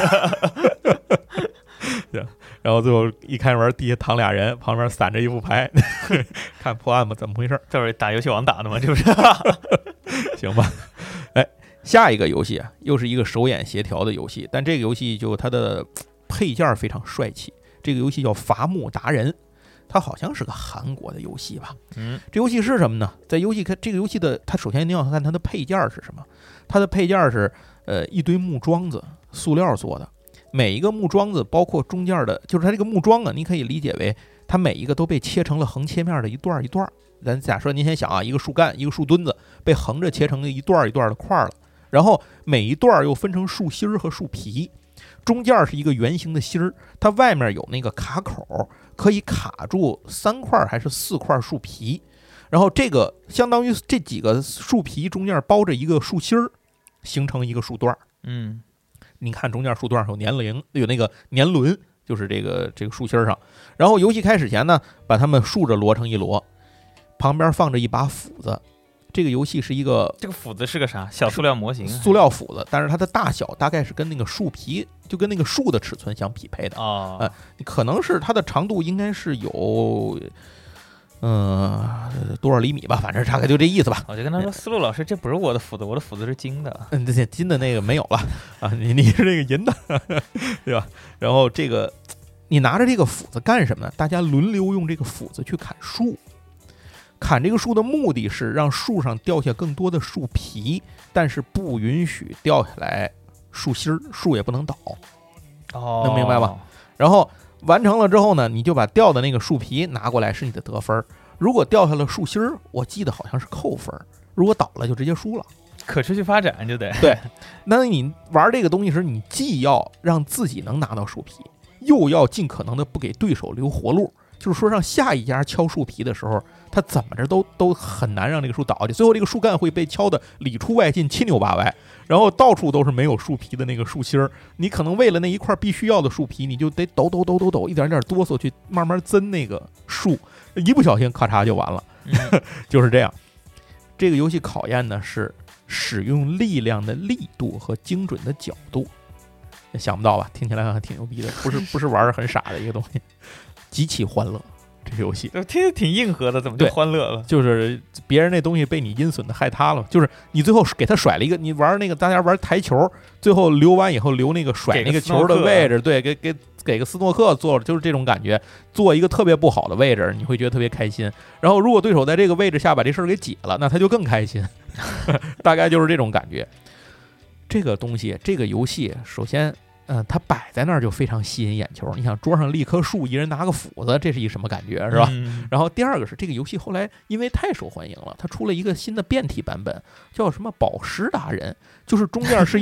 对，然后最后一开门，地下躺俩人，旁边散着一副牌，看破案吧，怎么回事？ 这是打游戏王打的吗？这不是？ 行吧。哎，下一个游戏啊，又是一个手眼协调的游戏，但这个游戏就它的配件非常帅气。这个游戏叫《伐木达人》，它好像是个韩国的游戏吧？ 嗯， 这游戏是什么呢？在游戏看这个游戏的，它首先你要看它的配件是什么？它的配件是呃一堆木桩子，塑料做的。每一个木桩子，包括中间的，就是它这个木桩啊，你可以理解为它每一个都被切成了横切面的一段一段。咱假设您先想啊，一个树干，一个树墩子被横着切成一段一段的块了，然后每一段又分成树心和树皮，中间是一个圆形的心儿，它外面有那个卡口，可以卡住三块还是四块树皮，然后这个相当于这几个树皮中间包着一个树心儿，形成一个树段。 嗯。 您看中间树段上有年龄，有那个年轮，就是这个这个树心上。然后游戏开始前呢，把它们竖着摞成一摞，旁边放着一把斧子。这个游戏是一个， 这个斧子是个啥？小塑料模型， 塑料斧子，但是它的大小大概是跟那个树皮，就跟那个树的尺寸相匹配的啊、 哦呃。可能是它的长度应该是有。嗯，多少厘米吧，反正大概就这意思吧。 我就跟他说：“思路老师，这不是我的斧子，我的斧子是金的。” 嗯，这金的那个没有了啊，你你是那个银的，对吧？然后这个你拿着这个斧子干什么呢？大家轮流用这个斧子去砍树。砍这个树的目的是让树上掉下更多的树皮，但是不允许掉下来树心儿，树也不能倒。 哦， 能明白吧？然后。完成了之后呢，你就把掉的那个树皮拿过来是你的得分。如果掉下了树心儿，我记得好像是扣分；如果倒了就直接输了。 可持续发展就得对。那你玩这个东西时，你既要让自己能拿到树皮，又要尽可能的不给对手留活路。就是说，让下一家敲树皮的时候，他怎么着都都很难让这个树倒下去。最后这个树干会被敲得里出外进、七扭八歪，然后到处都是没有树皮的那个树心儿。你可能为了那一块必须要的树皮，你就得抖抖抖抖抖，一点点哆嗦去慢慢增那个树，一不小心咔嚓就完了。 嗯、 就是这样。这个游戏考验的是使用力量的力度和精准的角度。想不到吧？听起来好像挺牛逼的，不是不是玩的很傻的一个东西。极其欢乐，这个游戏听着挺硬核的，怎么就欢乐了？ 就是别人那东西被你阴损的害他了，就是你最后给他甩了一个，你玩那个大家玩台球，最后留完以后留那个甩那个球的位置，对，给给给个斯诺克做，就是这种感觉，做一个特别不好的位置，你会觉得特别开心。然后如果对手在这个位置下把这事儿给解了，那他就更开心，大概就是这种感觉。这个东西，这个游戏，首先。嗯，它摆在那儿就非常吸引眼球。你想，桌上立棵树，一人拿个斧子，这是一什么感觉，是吧？ 嗯、 然后第二个是这个游戏后来因为太受欢迎了，它出了一个新的变体版本，叫什么宝石达人，就是中间是一个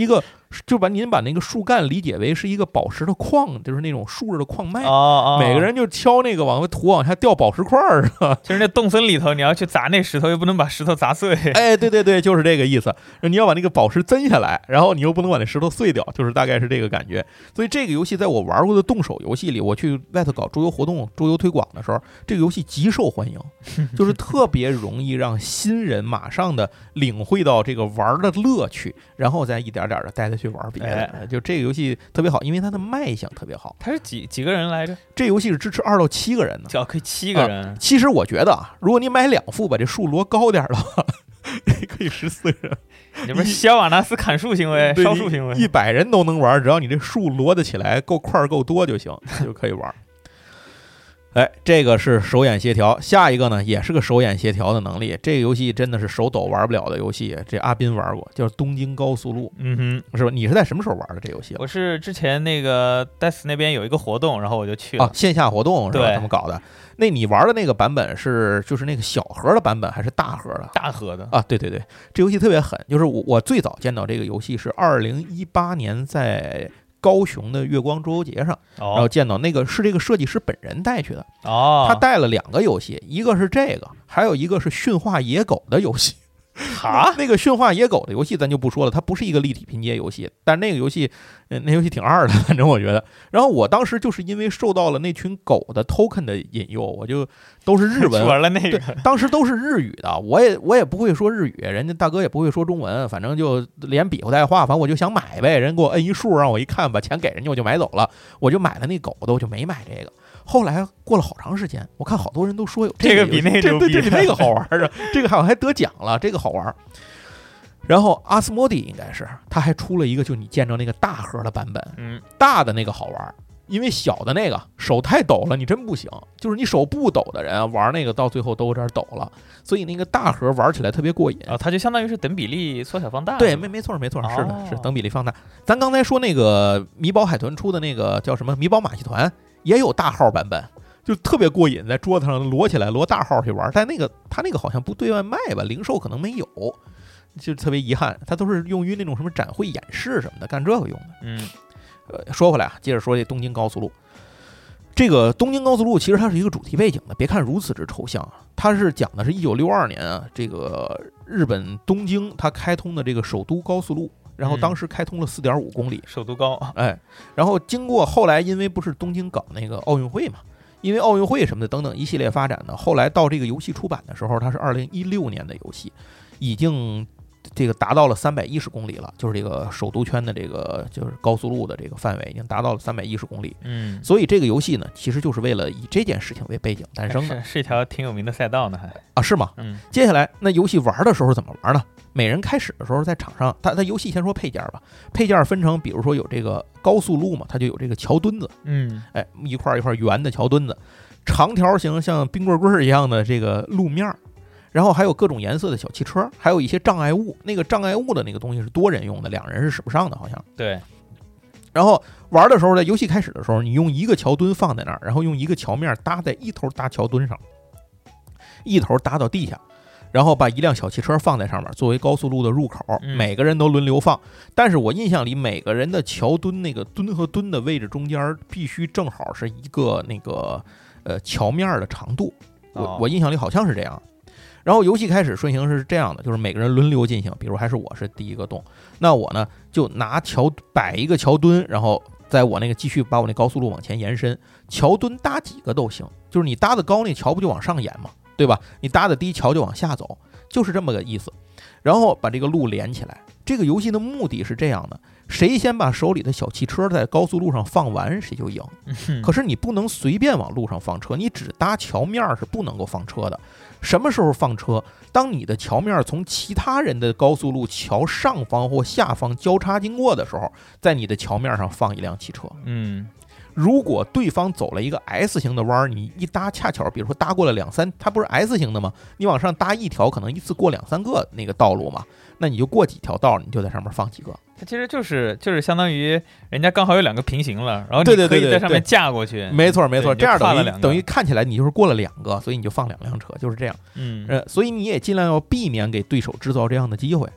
就把您把那个树干理解为是一个宝石的矿，就是那种竖着的矿脉， 哦哦， 每个人就敲那个往土往下掉宝石块儿，是吧？ 就是那洞森里头，你要去砸那石头，又不能把石头砸碎。 哎，对对对，就是这个意思。你要把那个宝石增下来，然后你又不能把那石头碎掉，就是大概是这个感觉。所以这个游戏在我玩过的动手游戏里，我去外头搞桌游活动、桌游推广的时候，这个游戏极受欢迎，就是特别容易让新人马上的领会到这个玩的乐趣，然后再一点点的带他去玩别的。哎、就这个游戏特别好，因为它的卖相特别好。 它是几几个人来着？ 这游戏是支持二到七个人的， 只要可以七个人、 啊。其实我觉得啊，如果你买两副，把这树摞高点的话，可以十四人。 你不是希尔瓦纳斯砍树行为、烧树行为， 一百人都能玩，只要你这树摞得起来，够块够多就行，就可以玩。哎，这个是手眼协调，下一个呢也是个手眼协调的能力。这个游戏真的是手抖玩不了的游戏，这阿斌玩过，叫《东京高速路》。 嗯哼， 是吧？你是在什么时候玩的这游戏？ 我是之前那个 D E S 那边有一个活动，然后我就去了。 啊，线下活动是吧？他们搞的。那你玩的那个版本是就是那个小盒的版本还是大盒的？ 大盒的啊，对对对，这游戏特别狠。就是我我最早见到这个游戏是二零一八年在高雄的月光桌游节上， 哦、 然后见到那个是这个设计师本人带去的。 哦， 他带了两个游戏，一个是这个，还有一个是驯化野狗的游戏。 啊， 那个驯化野狗的游戏咱就不说了，它不是一个立体拼接游戏，但那个游戏，呃、那游戏挺二的，反正我觉得。然后我当时就是因为受到了那群狗的 token 的引诱，我就都是日文玩了那个， 当时都是日语的，我也我也不会说日语，人家大哥也不会说中文，反正就连比划带画，反正我就想买呗，人给我摁一数，让我一看，把钱给人家，我就买走了，我就买了那狗的，我就没买这个。后来过了好长时间，我看好多人都说有这个比那个这对这比那个好玩啊，这个好像还得奖了，这个好玩。然后阿斯莫蒂应该是他还出了一个，就你见着那个大盒的版本， 嗯， 大的那个好玩，因为小的那个手太抖了，你真不行，就是你手不抖的人玩那个到最后都有点抖了，所以那个大盒玩起来特别过瘾啊，它就相当于是等比例缩小放大， 对，没没错没错，是的， 哦、 是等比例放大。咱刚才说那个米宝海豚出的那个叫什么米宝马戏团，也有大号版本。就特别过瘾，在桌子上摞起来摞大号去玩，但那个他那个好像不对外卖吧，零售可能没有，就特别遗憾。他都是用于那种什么展会演示什么的，干这个用的。 嗯， 呃，说回来啊，接着说这东京高速路。这个东京高速路其实它是一个主题背景的，别看如此之抽象啊，它是讲的是一九六二年啊，这个日本东京它开通的这个首都高速路。然后当时开通了 四点五公里， 首都高， 哎，然后经过后来因为不是东京搞那个奥运会嘛。因为奥运会什么的等等一系列发展呢，后来到这个游戏出版的时候，它是二零一六年的游戏，已经这个达到了三百一十公里了，就是这个首都圈的这个就是高速路的这个范围已经达到了三百一十公里。 嗯， 所以这个游戏呢，其实就是为了以这件事情为背景诞生的， 是是一条挺有名的赛道呢，还啊是吗？ 嗯， 接下来那游戏玩的时候怎么玩呢？每人开始的时候在场上，它它游戏先说配件吧，配件分成，比如说有这个高速路嘛，它就有这个桥墩子， 嗯， 哎，一块一块圆的桥墩子，长条形像冰棍棍一样的这个路面，然后还有各种颜色的小汽车，还有一些障碍物。那个障碍物的那个东西是多人用的，两人是使不上的，好像。 对。 然后玩的时候，在游戏开始的时候，你用一个桥墩放在那儿，然后用一个桥面搭在一头搭桥墩上，一头搭到地下。然后把一辆小汽车放在上面，作为高速路的入口，每个人都轮流放。但是我印象里，每个人的桥墩那个墩和墩的位置中间必须正好是一个那个呃桥面的长度。我我印象里好像是这样。然后游戏开始顺行是这样的，就是每个人轮流进行。比如还是我是第一个动，那我呢就拿桥摆一个桥墩，然后在我那个继续把我那高速路往前延伸。桥墩搭几个都行，就是你搭的高，那桥不就往上延吗？对吧？你搭的低，桥就往下走，就是这么个意思。然后把这个路连起来。这个游戏的目的是这样的：谁先把手里的小汽车在高速路上放完，谁就赢。可是你不能随便往路上放车，你只搭桥面是不能够放车的。什么时候放车？当你的桥面从其他人的高速路桥上方或下方交叉经过的时候，在你的桥面上放一辆汽车。 嗯。 如果对方走了一个 S 型的弯，你一搭恰巧，比如说搭过了两三，它不是 S 型的吗？你往上搭一条，可能一次过两三个那个道路嘛，那你就过几条道，你就在上面放几个。 它其实就是就是相当于人家刚好有两个平行了，然后你可以在上面架过去。 没错没错，这样等于等于看起来你就是过了两个，所以你就放两辆车，就是这样。 嗯， 呃，所以你也尽量要避免给对手制造这样的机会。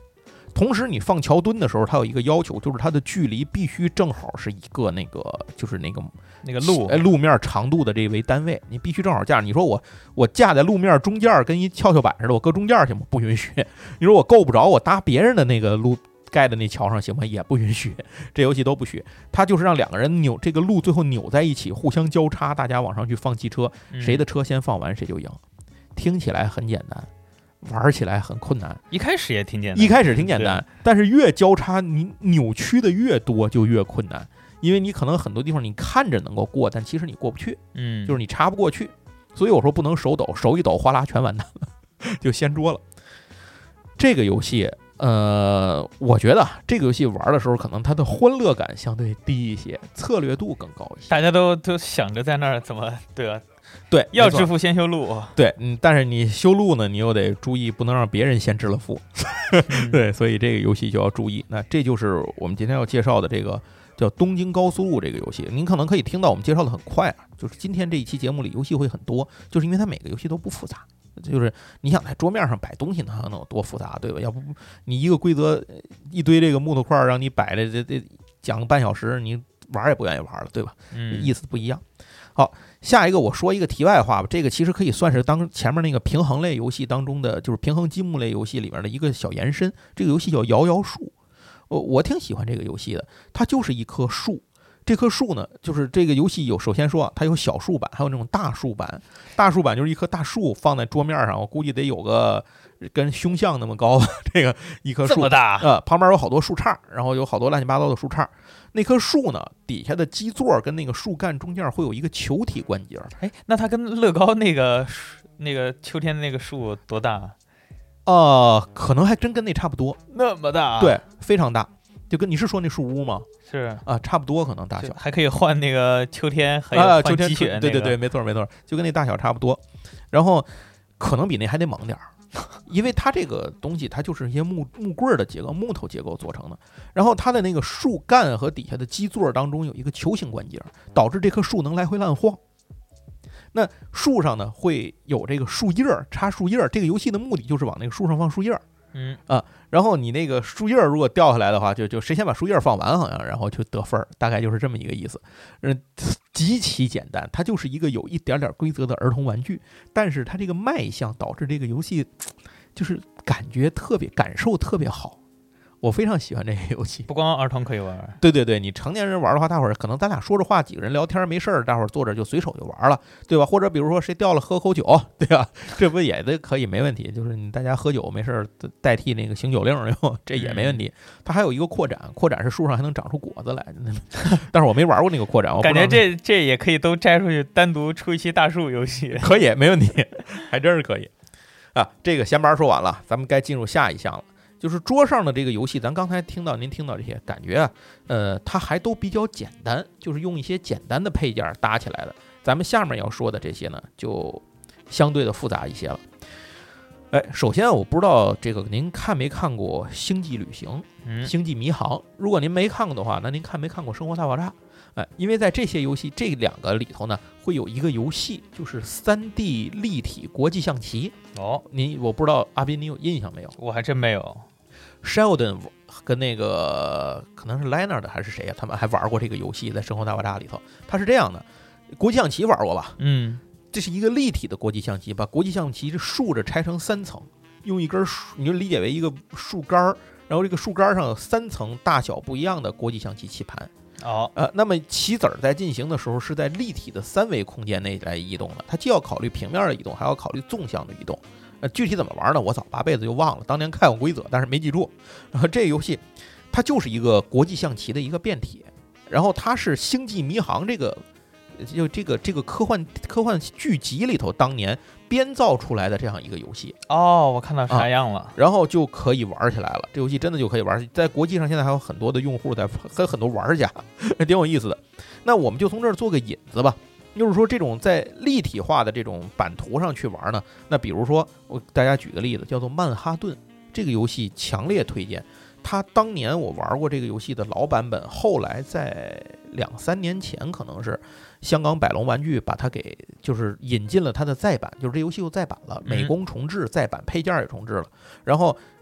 同时，你放桥墩的时候，它有一个要求，就是它的距离必须正好是一个那个，就是那个那个路哎路面长度的这为单位，你必须正好架。你说我我架在路面中间，跟一跷跷板似的，我搁中间行吗？不允许。你说我够不着，我搭别人的那个路盖的那桥上行吗？也不允许。这游戏都不许。它就是让两个人扭这个路，最后扭在一起，互相交叉，大家往上去放汽车，谁的车先放完谁就赢。听起来很简单。玩起来很困难， 一开始也挺简单， 一开始挺简单，但是越交叉你扭曲的越多就越困难，因为你可能很多地方你看着能够过，但其实你过不去， 嗯， 就是你插不过去，所以我说不能手抖，手一抖哗啦全完蛋了，就掀桌了。这个游戏，呃，我觉得这个游戏玩的时候，可能它的欢乐感相对低一些，策略度更高一些， 大家都都想着在那儿怎么对吧？ 对， 要致富先修路。 对，嗯，但是你修路呢，你又得注意，不能让别人先致了富。对，所以这个游戏就要注意。那这就是我们今天要介绍的这个叫《东京高速路》这个游戏。您可能可以听到我们介绍的很快啊，就是今天这一期节目里游戏会很多，就是因为它每个游戏都不复杂。就是你想在桌面上摆东西呢，能有多复杂，对吧？要不你一个规则一堆这个木头块让你摆的这这讲个半小时，你玩也不愿意玩了，对吧？ 嗯， 意思不一样。好，下一个我说一个题外话吧，这个其实可以算是当前面那个平衡类游戏当中的，就是平衡积木类游戏里面的一个小延伸。这个游戏叫摇摇树，我我挺喜欢这个游戏的，它就是一棵树。这棵树呢，就是这个游戏有，首先说啊，它有小树板，还有那种大树板。大树板就是一棵大树放在桌面上，我估计得有个跟胸像那么高，这个一棵树这么大， 呃，旁边有好多树杈，然后有好多乱七八糟的树杈。那棵树呢，底下的基座跟那个树干中间会有一个球体关节。 哎，那它跟乐高那个那个秋天的那个树多大？ 呃，可能还真跟那差不多， 那么大？ 对，非常大。就跟你是说那树屋吗？ 是啊，差不多可能大小， 还可以换那个秋天还有啊， 换积雪、那个秋天对对对，没错没错，就跟那大小差不多。然后可能比那还得猛点儿，因为它这个东西它就是一些木木棍的结构、木头结构做成的。然后它的那个树干和底下的基座当中有一个球形关节，导致这棵树能来回乱晃。那树上呢会有这个树叶插树叶，这个游戏的目的就是往那个树上放树叶。 嗯啊，然后你那个树叶如果掉下来的话，就就谁先把树叶放完，好像然后就得分，大概就是这么一个意思。嗯，极其简单，它就是一个有一点点规则的儿童玩具，但是它这个卖相导致这个游戏就是感觉特别，感受特别好。我非常喜欢这个游戏， 不光儿童可以玩， 对对对，你成年人玩的话，大伙儿可能咱俩说着话，几个人聊天没事儿，大伙儿坐着就随手就玩了，对吧？或者比如说谁掉了喝口酒，对吧？这不也都可以没问题，就是你大家喝酒没事儿代替那个醒酒令用，这也没问题。它还有一个扩展，扩展是树上还能长出果子来，但是我没玩过那个扩展，我感觉这这也可以都摘出去单独出一期大树游戏， 可以没问题，还真是可以啊。这个闲白说完了，咱们该进入下一项了。就是桌上的这个游戏，咱刚才听到您听到这些，感觉啊，呃，它还都比较简单，就是用一些简单的配件搭起来的。咱们下面要说的这些呢，就相对的复杂一些了。哎，首先我不知道这个您看没看过《星际旅行》《星际迷航》？如果您没看过的话，那您看没看过《生活大爆炸》？哎，因为在这些游戏这两个里头呢，会有一个游戏，就是三 D 立体国际象棋。 哦， 您我不知道阿斌你有印象没有？ 我还真没有。 Sheldon 跟那个可能是 Leonard 还是谁呀、啊？他们还玩过这个游戏，在《生活大爆炸》里头。它是这样的，国际象棋玩过吧？ 嗯， 这是一个立体的国际象棋，把国际象棋竖着拆成三层，用一根树，你就理解为一个树杆，然后这个树杆上有三层大小不一样的国际象棋棋盘。 哦， 呃，那么棋子儿在进行的时候是在立体的三维空间内来移动的，它既要考虑平面的移动，还要考虑纵向的移动。呃，具体怎么玩呢？我早八辈子就忘了，当年看过规则，但是没记住。然后这个游戏，它就是一个国际象棋的一个变体，然后它是《星际迷航》这个，就这个这个科幻科幻剧集里头当年编造出来的这样一个游戏。 哦，我看到啥样了、 啊，然后就可以玩起来了。这游戏真的就可以玩，在国际上现在还有很多的用户在，还有很多玩家，挺有意思的。那我们就从这儿做个引子吧。就是说，这种在立体化的这种版图上去玩呢，那比如说，我大家举个例子，叫做曼哈顿这个游戏，强烈推荐。它当年我玩过这个游戏的老版本，后来在两三年前，可能是香港百龙玩具把它给就是引进了它的再版，就是这游戏又再版了，美工重置再版，配件也重置了。然后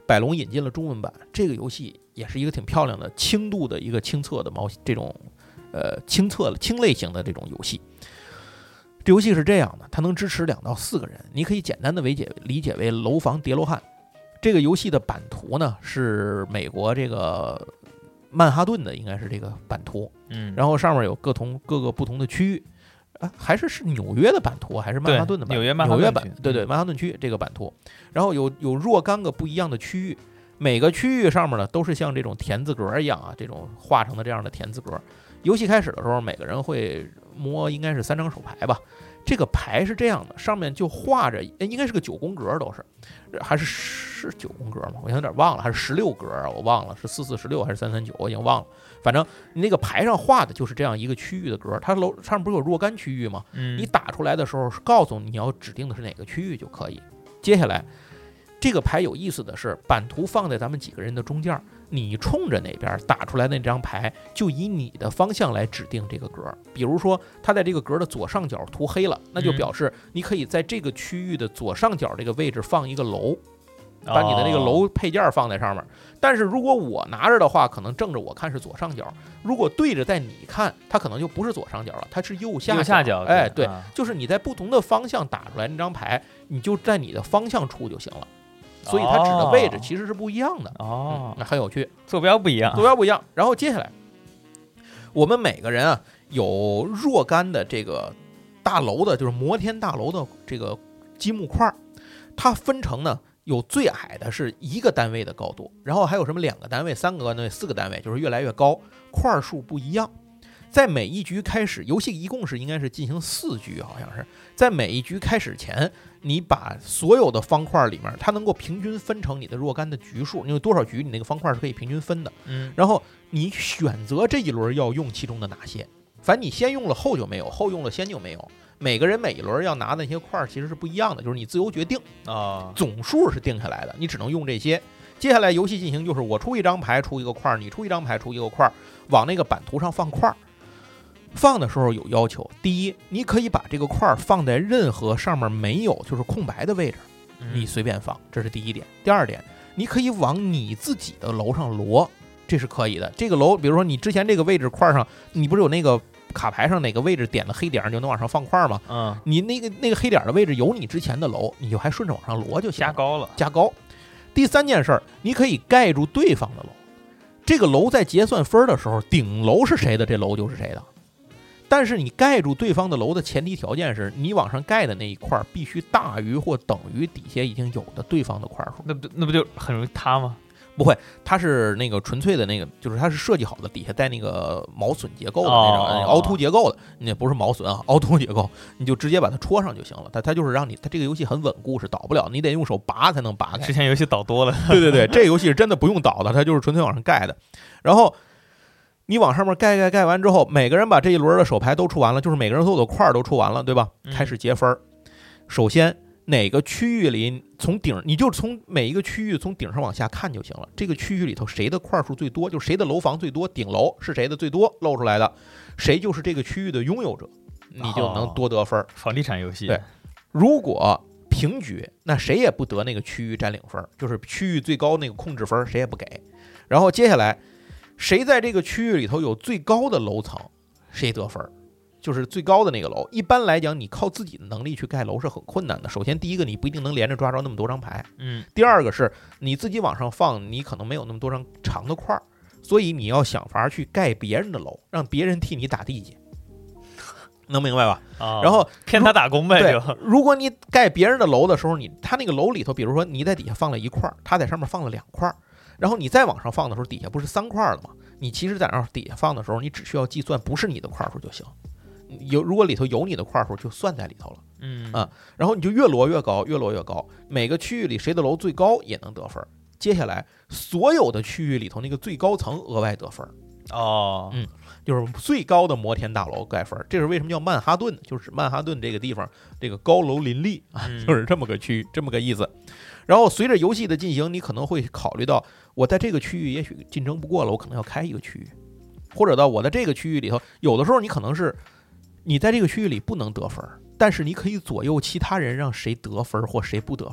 百龙引进了中文版，这个游戏也是一个挺漂亮的轻度的一个轻测的毛这种呃轻测轻类型的这种游戏。这游戏是这样的，它能支持两到四个人，你可以简单的理解理解为楼房叠罗汉。这个游戏的版图呢是美国这个曼哈顿的，应该是这个版图， 嗯， 然后上面有各同各个不同的区域。啊，还是是纽约的版图，还是曼哈顿的版图？ 纽约曼哈顿纽约版，对对，曼哈顿区这个版图。然后有有若干个不一样的区域，每个区域上面呢都是像这种田字格一样啊，这种画成的这样的田字格。游戏开始的时候，每个人会摸应该是三张手牌吧。这个牌是这样的，上面就画着，应该是个九宫格，都是，还是是九宫格吗？我有点忘了，还是十六格啊？我忘了是四四十六还是三三九，我已经忘了。反正你那个牌上画的就是这样一个区域的格，它楼上面不是有若干区域吗？ 嗯， 你打出来的时候是告诉你要指定的是哪个区域就可以。接下来，这个牌有意思的是，版图放在咱们几个人的中间，你冲着哪边打出来的那张牌，就以你的方向来指定这个格。比如说，它在这个格的左上角涂黑了，那就表示你可以在这个区域的左上角这个位置放一个楼。把你的那个楼配件放在上面，但是如果我拿着的话，可能正着我看是左上角；如果对着在你看，它可能就不是左上角了，它是右下角。 右下角， 哎，对，就是你在不同的方向打出来那张牌，你就在你的方向出就行了。所以它指的位置其实是不一样的哦， 那、嗯、很有趣， 坐标不一样， 坐标不一样。然后接下来，我们每个人啊有若干的这个大楼的，就是摩天大楼的这个积木块，它分成呢。有最矮的是一个单位的高度，然后还有什么两个单位、三个单位、四个单位，就是越来越高，块数不一样。在每一局开始，游戏一共是应该是进行四局，好像是在每一局开始前，你把所有的方块里面，它能够平均分成你的若干的局数，因为多少局你那个方块是可以平均分的。 嗯， 然后你选择这一轮要用其中的哪些，反正你先用了后就没有，后用了先就没有。每个人每一轮要拿的那些块其实是不一样的，就是你自由决定啊， 总数是定下来的，你只能用这些。接下来游戏进行就是我出一张牌出一个块，你出一张牌出一个块，往那个版图上放块。放的时候有要求，第一，你可以把这个块放在任何上面没有就是空白的位置，你随便放，这是第一点。第二点，你可以往你自己的楼上摞，这是可以的。这个楼，比如说你之前这个位置块上，你不是有那个卡牌上哪个位置点了黑点就能往上放块吗？ 嗯， 你那个那个黑点的位置有你之前的楼，你就还顺着往上摞就行了， 加高了， 加高。第三件事儿，你可以盖住对方的楼，这个楼在结算分的时候，顶楼是谁的，这楼就是谁的。但是你盖住对方的楼的前提条件是你往上盖的那一块必须大于或等于底下已经有的对方的块数。 那不那不就很容易塌吗？ 不会，它是那个纯粹的那个，就是它是设计好的，底下带那个毛凹结构的那种、哦、凹凸结构的，你不是毛榫啊，凹凸结构，你就直接把它戳上就行了。它它就是让你，它这个游戏很稳固，是倒不了，你得用手拔才能拔开。 之前游戏倒多了。 对对对，这个游戏是真的不用倒的，它就是纯粹往上盖的。然后你往上面盖盖盖完之后，每个人把这一轮的手牌都出完了，就是每个人所有的块都出完了，对吧？开始结分。首先。哪个区域里从顶，你就从每一个区域从顶上往下看就行了。这个区域里头谁的块数最多，就是谁的楼房最多，顶楼是谁的最多露出来的，谁就是这个区域的拥有者，你就能多得分。 房地产游戏。 对，如果平局，那谁也不得那个区域占领分，就是区域最高那个控制分谁也不给。然后接下来，谁在这个区域里头有最高的楼层，谁得分。就是最高的那个楼，一般来讲，你靠自己的能力去盖楼是很困难的。首先，第一个，你不一定能连着抓着那么多张牌， 嗯。 第二个是你自己往上放，你可能没有那么多张长的块，所以你要想法去盖别人的楼，让别人替你打地基，能明白吧？ 啊。 然后骗他打工呗。 对，如果你盖别人的楼的时候，你他那个楼里头，比如说你在底下放了一块，他在上面放了两块，然后你再往上放的时候，底下不是三块了吗？你其实在那底下放的时候，你只需要计算不是你的块数就行。有如果里头有你的块数，就算在里头了， 嗯啊，然后你就越摞越高，越摞越高。每个区域里谁的楼最高也能得分。接下来所有的区域里头那个最高层额外得分。 哦， 嗯，就是最高的摩天大楼盖分，这是为什么叫曼哈顿，就是曼哈顿这个地方这个高楼林立啊，就是这么个区域，这么个意思。然后随着游戏的进行，你可能会考虑到，我在这个区域也许竞争不过了，我可能要开一个区域，或者到我在这个区域里头，有的时候你可能是。你在这个区域里不能得分，但是你可以左右其他人让谁得分或谁不得分。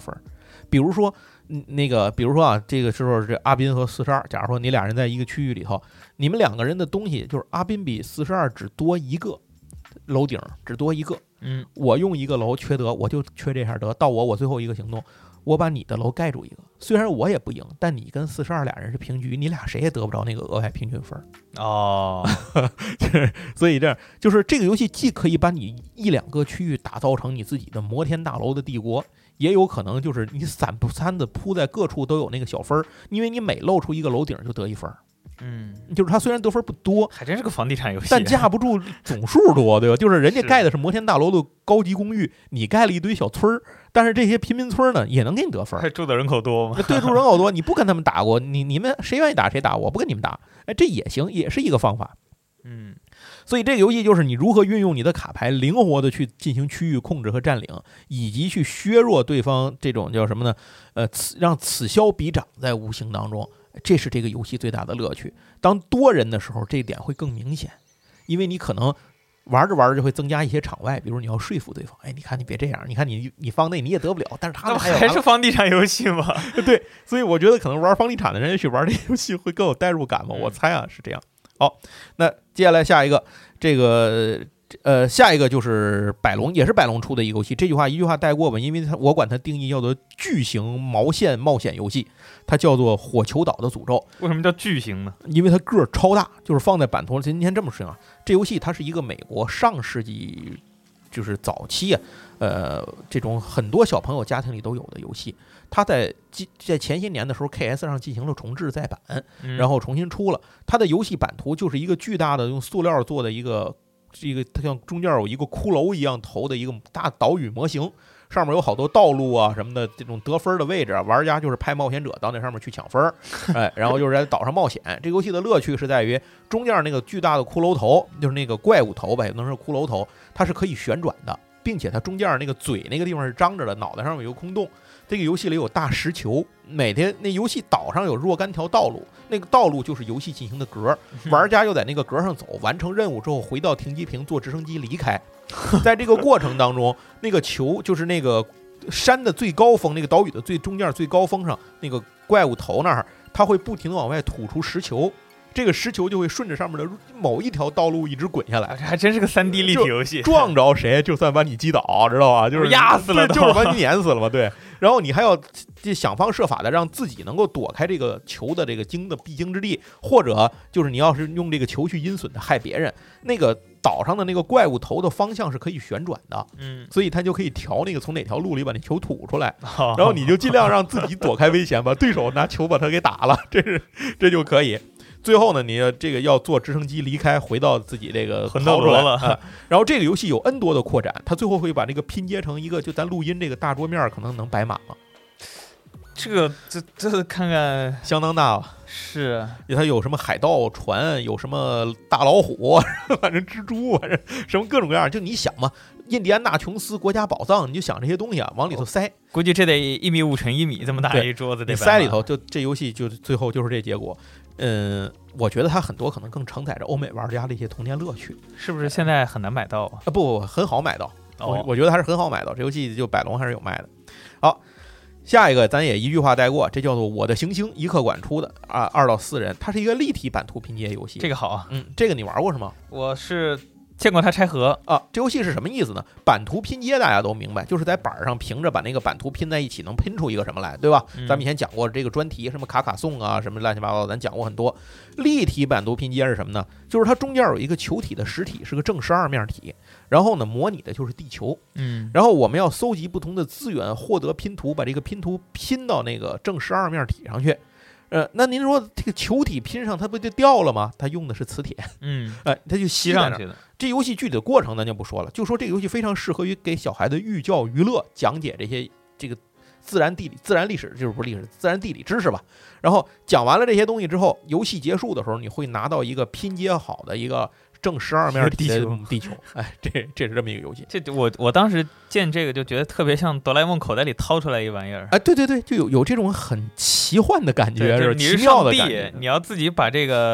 比如说，那个，比如说啊，这个时候这阿斌和四十二，假如说你俩人在一个区域里头，你们两个人的东西就是阿斌比四十二只多一个楼顶，只多一个。 嗯， 我用一个楼缺德，我就缺这下德，到我我最后一个行动，我把你的楼盖住一个，虽然我也不赢，但你跟四十二俩人是平局，你俩谁也得不着那个额外平均分哦。 所以这样就是这个游戏既可以把你一两个区域打造成你自己的摩天大楼的帝国，也有可能就是你散不散的铺在各处都有那个小分，因为你每露出一个楼顶就得一分。 嗯， 就是它虽然得分不多， 还真是个房地产游戏， 但架不住总数多，对吧？就是人家盖的是摩天大楼的高级公寓，你盖了一堆小村儿，但是这些贫民村呢也能给你得分。 住的人口多吗？ 对，住人口多，你不跟他们打过，你你们谁愿意打谁打，我不跟你们打，哎，这也行，也是一个方法。 嗯， 所以这个游戏就是你如何运用你的卡牌，灵活的去进行区域控制和占领，以及去削弱对方这种叫什么呢？呃，此让此消彼长，在无形当中。这是这个游戏最大的乐趣。当多人的时候，这一点会更明显，因为你可能玩着玩着就会增加一些场外，比如你要说服对方，哎，你看你别这样，你看你你方内你也得不了，但是他们还有还是房地产游戏吗？ 对，所以我觉得可能玩房地产的人去玩这游戏会更有代入感嘛，我猜啊是这样。好，那接下来下一个这个。呃，下一个就是百龙，也是百龙出的一个游戏。这句话一句话带过吧，因为它我管它定义叫做巨型毛线冒险游戏，它叫做火球岛的诅咒。 为什么叫巨型呢？ 因为它个儿超大，就是放在版图。今天这么说啊，这游戏它是一个美国上世纪就是早期啊，呃，这种很多小朋友家庭里都有的游戏。它在在前些年的时候 ，K S 上进行了重制再版，然后重新出了。它的游戏版图就是一个巨大的用塑料做的一个。是一个它像中间有一个骷髅一样头的一个大岛屿模型，上面有好多道路啊什么的，这种得分的位置啊，玩家就是派冒险者到那上面去抢分，哎，然后就是在岛上冒险。这个游戏的乐趣是在于中间那个巨大的骷髅头，就是那个怪物头吧，也能是骷髅头，它是可以旋转的，并且它中间那个嘴那个地方是张着的，脑袋上面有个空洞。这个游戏里有大石球，每天那游戏岛上有若干条道路，那个道路就是游戏进行的格，玩家又在那个格上走，完成任务之后回到停机坪坐直升机离开。在这个过程当中，那个球就是那个山的最高峰，那个岛屿的最中间最高峰上那个怪物头那儿，它会不停地往外吐出石球。这个石球就会顺着上面的某一条道路一直滚下来， 这还真是个三 D 立体游戏。 撞着谁就算把你击倒，知道吧？就是压死了， 就是把你碾死了嘛。对，然后你还要想方设法的让自己能够躲开这个球的这个经的必经之地，或者就是你要是用这个球去阴损的害别人，那个岛上的那个怪物头的方向是可以旋转的， 嗯， 所以他就可以调那个从哪条路里把那球吐出来，然后你就尽量让自己躲开危险，把对手拿球把他给打了，这是这就可以。最后呢，你这个要坐直升机离开，回到自己这个魂斗罗了、 啊。然后这个游戏有 N 多的扩展，它最后会把这个拼接成一个，就咱录音这个大桌面可能能摆满了。 这个这这看看相当大了， 是它有什么海盗船，有什么大老虎，反正蜘蛛，反正什么各种各样。就你想嘛，印第安纳琼斯国家宝藏，你就想这些东西啊，往里头塞。 估计这得一米五乘一米这么大一桌子，得塞里头，就这游戏就最后就是这结果。嗯，我觉得它很多可能更承载着欧美玩家的一些童年乐趣， 是不是？现在很难买到啊？ 啊不，很好买到。 哦、 我我觉得还是很好买到，这游戏就百龙还是有卖的。好，下一个咱也一句话带过，这叫做《我的行星》，一客馆出的啊，二到四人，它是一个立体版图拼接游戏。 这个好啊， 嗯，这个你玩过是吗？ 我是见过它拆盒啊。这游戏是什么意思呢？版图拼接大家都明白，就是在板上平着把那个版图拼在一起，能拼出一个什么来，对吧？ 嗯、 咱们以前讲过这个专题，什么卡卡颂啊，什么乱七八糟，咱讲过很多。立体版图拼接是什么呢？就是它中间有一个球体的实体，是个正十二面体，然后呢，模拟的就是地球。 嗯， 然后我们要搜集不同的资源，获得拼图，把这个拼图拼到那个正十二面体上去。呃，那您说这个球体拼上它不就掉了吗？它用的是磁铁， 嗯， 哎，它就吸上去的。 这游戏具体的过程咱就不说了，就说这个游戏非常适合于给小孩的寓教于乐，讲解这些这个自然地理、自然历史，就是不是历史、自然地理知识吧。然后讲完了这些东西之后，游戏结束的时候，你会拿到一个拼接好的一个正十二面体的地球。地球，哎，这这是这么一个游戏。 这我我当时见这个就觉得特别像哆啦 A 梦口袋里掏出来一玩意儿。 哎，对对对，就有有这种很奇幻的感觉， 就是奇妙的感觉。你要自己把这个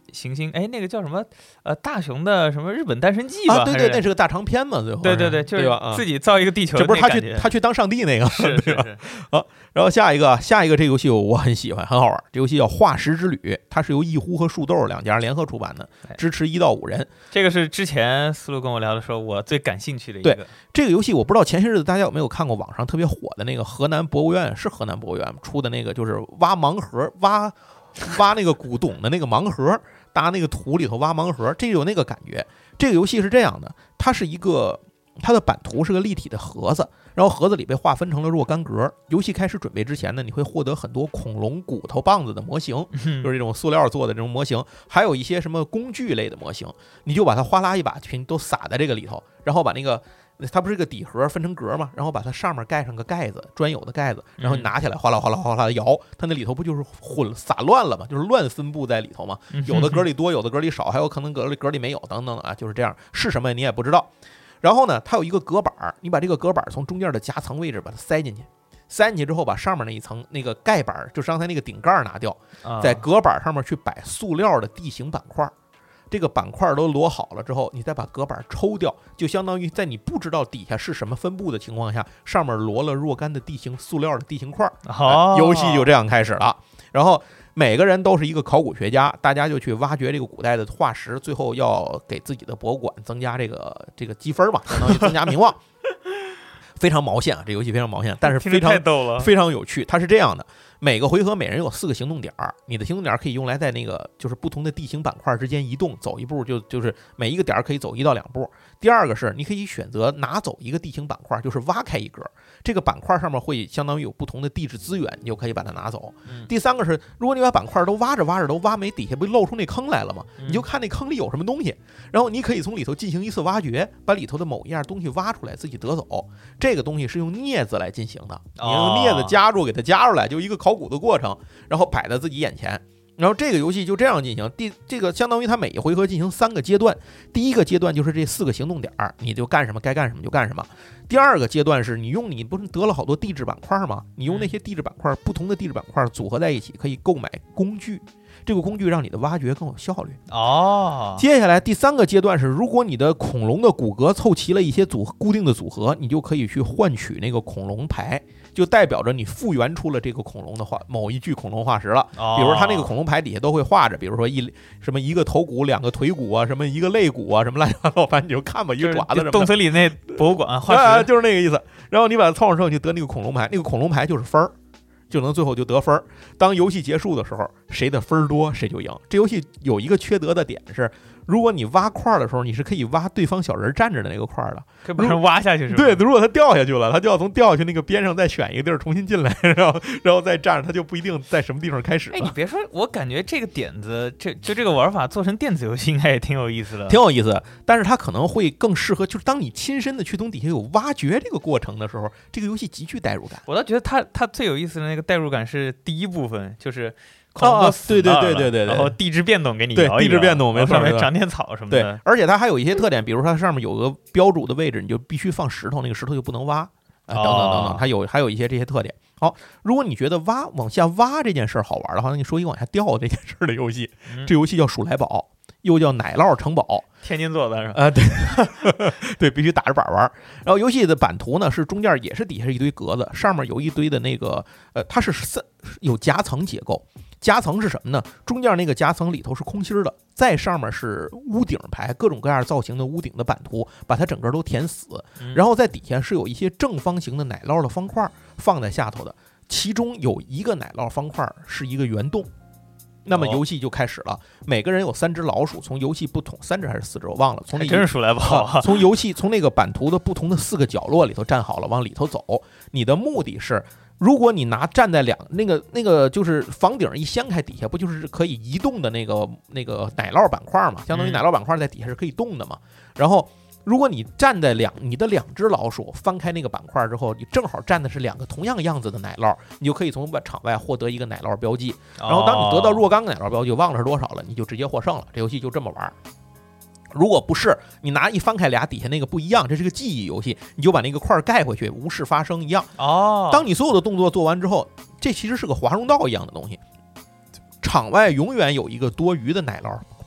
行星，哎，那个叫什么？呃，大雄的什么日本诞生记吧？ 啊，对对，那是个大长篇嘛，最后对对对，就是自己造一个地球， 这不是他去他去当上帝那个， 是是是。 好，然后下一个下一个这个游戏我很喜欢，很好玩，这游戏叫《化石之旅》，它是由一呼和树豆两家联合出版的，支持一到五人。 这个是之前思路跟我聊的时候，我最感兴趣的一个。 对这个游戏，我不知道前些日子大家有没有看过网上特别火的那个河南博物院，是河南博物院出的那个，就是挖盲盒挖。挖那个古董的那个盲盒，搭那个土里头挖盲盒，这有那个感觉。这个游戏是这样的，它是一个它的版图是个立体的盒子，然后盒子里被划分成了若干格。游戏开始准备之前呢，你会获得很多恐龙骨头棒子的模型，就是这种塑料做的这种模型，还有一些什么工具类的模型，你就把它哗啦一把全都撒在这个里头，然后把那个。它不是个底盒分成格嘛，然后把它上面盖上个盖子，专有的盖子，然后你拿起来哗啦哗啦哗啦的摇，它那里头不就是混撒乱了嘛，就是乱分布在里头嘛，有的格里多，有的格里少，还有可能格里格里没有等等啊，就是这样，是什么你也不知道。然后呢，它有一个隔板，你把这个隔板从中间的夹层位置把它塞进去，塞进去之后把上面那一层那个盖板，就是刚才那个顶盖拿掉，在隔板上面去摆塑料的地形板块。这个板块都摞好了之后，你再把隔板抽掉，就相当于在你不知道底下是什么分布的情况下，上面摞了若干的地形塑料的地形块。 哦， 游戏就这样开始了。然后每个人都是一个考古学家，大家就去挖掘这个古代的化石，最后要给自己的博物馆增加这个这个积分嘛，相当于增加名望。非常毛线啊，这游戏非常毛线，但是非常太逗了， 非常有趣。它是这样的，每个回合每人有四个行动点，你的行动点可以用来在那个就是不同的地形板块之间移动，走一步就就是每一个点可以走一到两步。第二个是你可以选择拿走一个地形板块，就是挖开一格，这个板块上面会相当于有不同的地质资源，你就可以把它拿走。 嗯、 第三个是，如果你把板块都挖着挖着都挖没，底下不露出那坑来了吗？你就看那坑里有什么东西，然后你可以从里头进行一次挖掘，把里头的某一样东西挖出来，自己得走。这个东西是用镊子来进行的，你用镊子夹住给它夹出来，就一个考古的过程，然后摆在自己眼前。然后这个游戏就这样进行，第这个相当于它每一回合进行三个阶段，第一个阶段就是这四个行动点，你就干什么该干什么就干什么。第二个阶段是你用你不是得了好多地质板块吗？你用那些地质板块，不同的地质板块组合在一起，可以购买工具。这个工具让你的挖掘更有效率哦。 接下来第三个阶段是，如果你的恐龙的骨骼凑齐了一些组固定的组合，你就可以去换取那个恐龙牌，就代表着你复原出了这个恐龙的化某一具恐龙化石了。 哦、 比如它那个恐龙牌底下都会画着，比如说一什么一个头骨、两个腿骨啊，什么一个肋骨啊，什么乱七八糟，反正你就看吧，一个爪子什么的。 动森里那博物馆化石、 啊，就是那个意思。然后你把它凑上之后，你就得那个恐龙牌，那个恐龙牌就是分儿。就能最后就得分。当游戏结束的时候，谁的分多谁就赢。这游戏有一个缺德的点是，如果你挖块的时候，你是可以挖对方小人站着的那个块的， 可以把人挖下去是吧？ 对，如果他掉下去了，他就要从掉下去那个边上再选一个地儿重新进来，然后然后再站着，他就不一定在什么地方开始了。 哎，你别说，我感觉这个点子，这就这个玩法做成电子游戏应该也挺有意思的， 挺有意思的。但是它可能会更适合，就是当你亲身的去从底下有挖掘这个过程的时候，这个游戏极具代入感。 我倒觉得它它最有意思的那个代入感是第一部分，就是恐龙都死了、 哦、对对对对对对， 然后地质变动给你摇一摇， 对地质变动没错， 上面长点草什么的。 对，而且它还有一些特点，比如说它上面有个标注的位置，你就必须放石头，那个石头就不能挖啊、呃，等等等等，它有还有一些这些特点。好，如果你觉得挖往下挖这件事好玩的话，那你说一个往下掉这件事的游戏， 嗯、 这游戏叫鼠来宝，又叫奶酪城堡。 天津做的是吧？ 啊、呃，对，对，必须打着板玩。然后游戏的版图呢是中间也是底下是一堆格子，上面有一堆的那个呃，它是三有夹层结构。夹层是什么呢？中间那个夹层里头是空心的，在上面是屋顶牌，各种各样造型的屋顶的版图，把它整个都填死。然后在底下是有一些正方形的奶酪的方块放在下头的，其中有一个奶酪方块是一个圆洞。那么游戏就开始了，哦、每个人有三只老鼠，从游戏不同三只还是四只我忘了，从那真是鼠来宝、啊， 从游戏从那个版图的不同的四个角落里头站好了，往里头走。你的目的是，如果你拿站在两那个那个就是房顶一掀开，底下不就是可以移动的那个那个奶酪板块嘛？相当于奶酪板块在底下是可以动的嘛。然后如果你站在两你的两只老鼠翻开那个板块之后，你正好站的是两个同样样子的奶酪，你就可以从场外获得一个奶酪标记。然后当你得到若干个奶酪标记，忘了是多少了，你就直接获胜了。这游戏就这么玩。如果不是，你拿一翻开俩底下那个不一样，这是个记忆游戏，你就把那个块盖回去，无事发生一样。 哦， 当你所有的动作做完之后，这其实是个华容道一样的东西，场外永远有一个多余的奶酪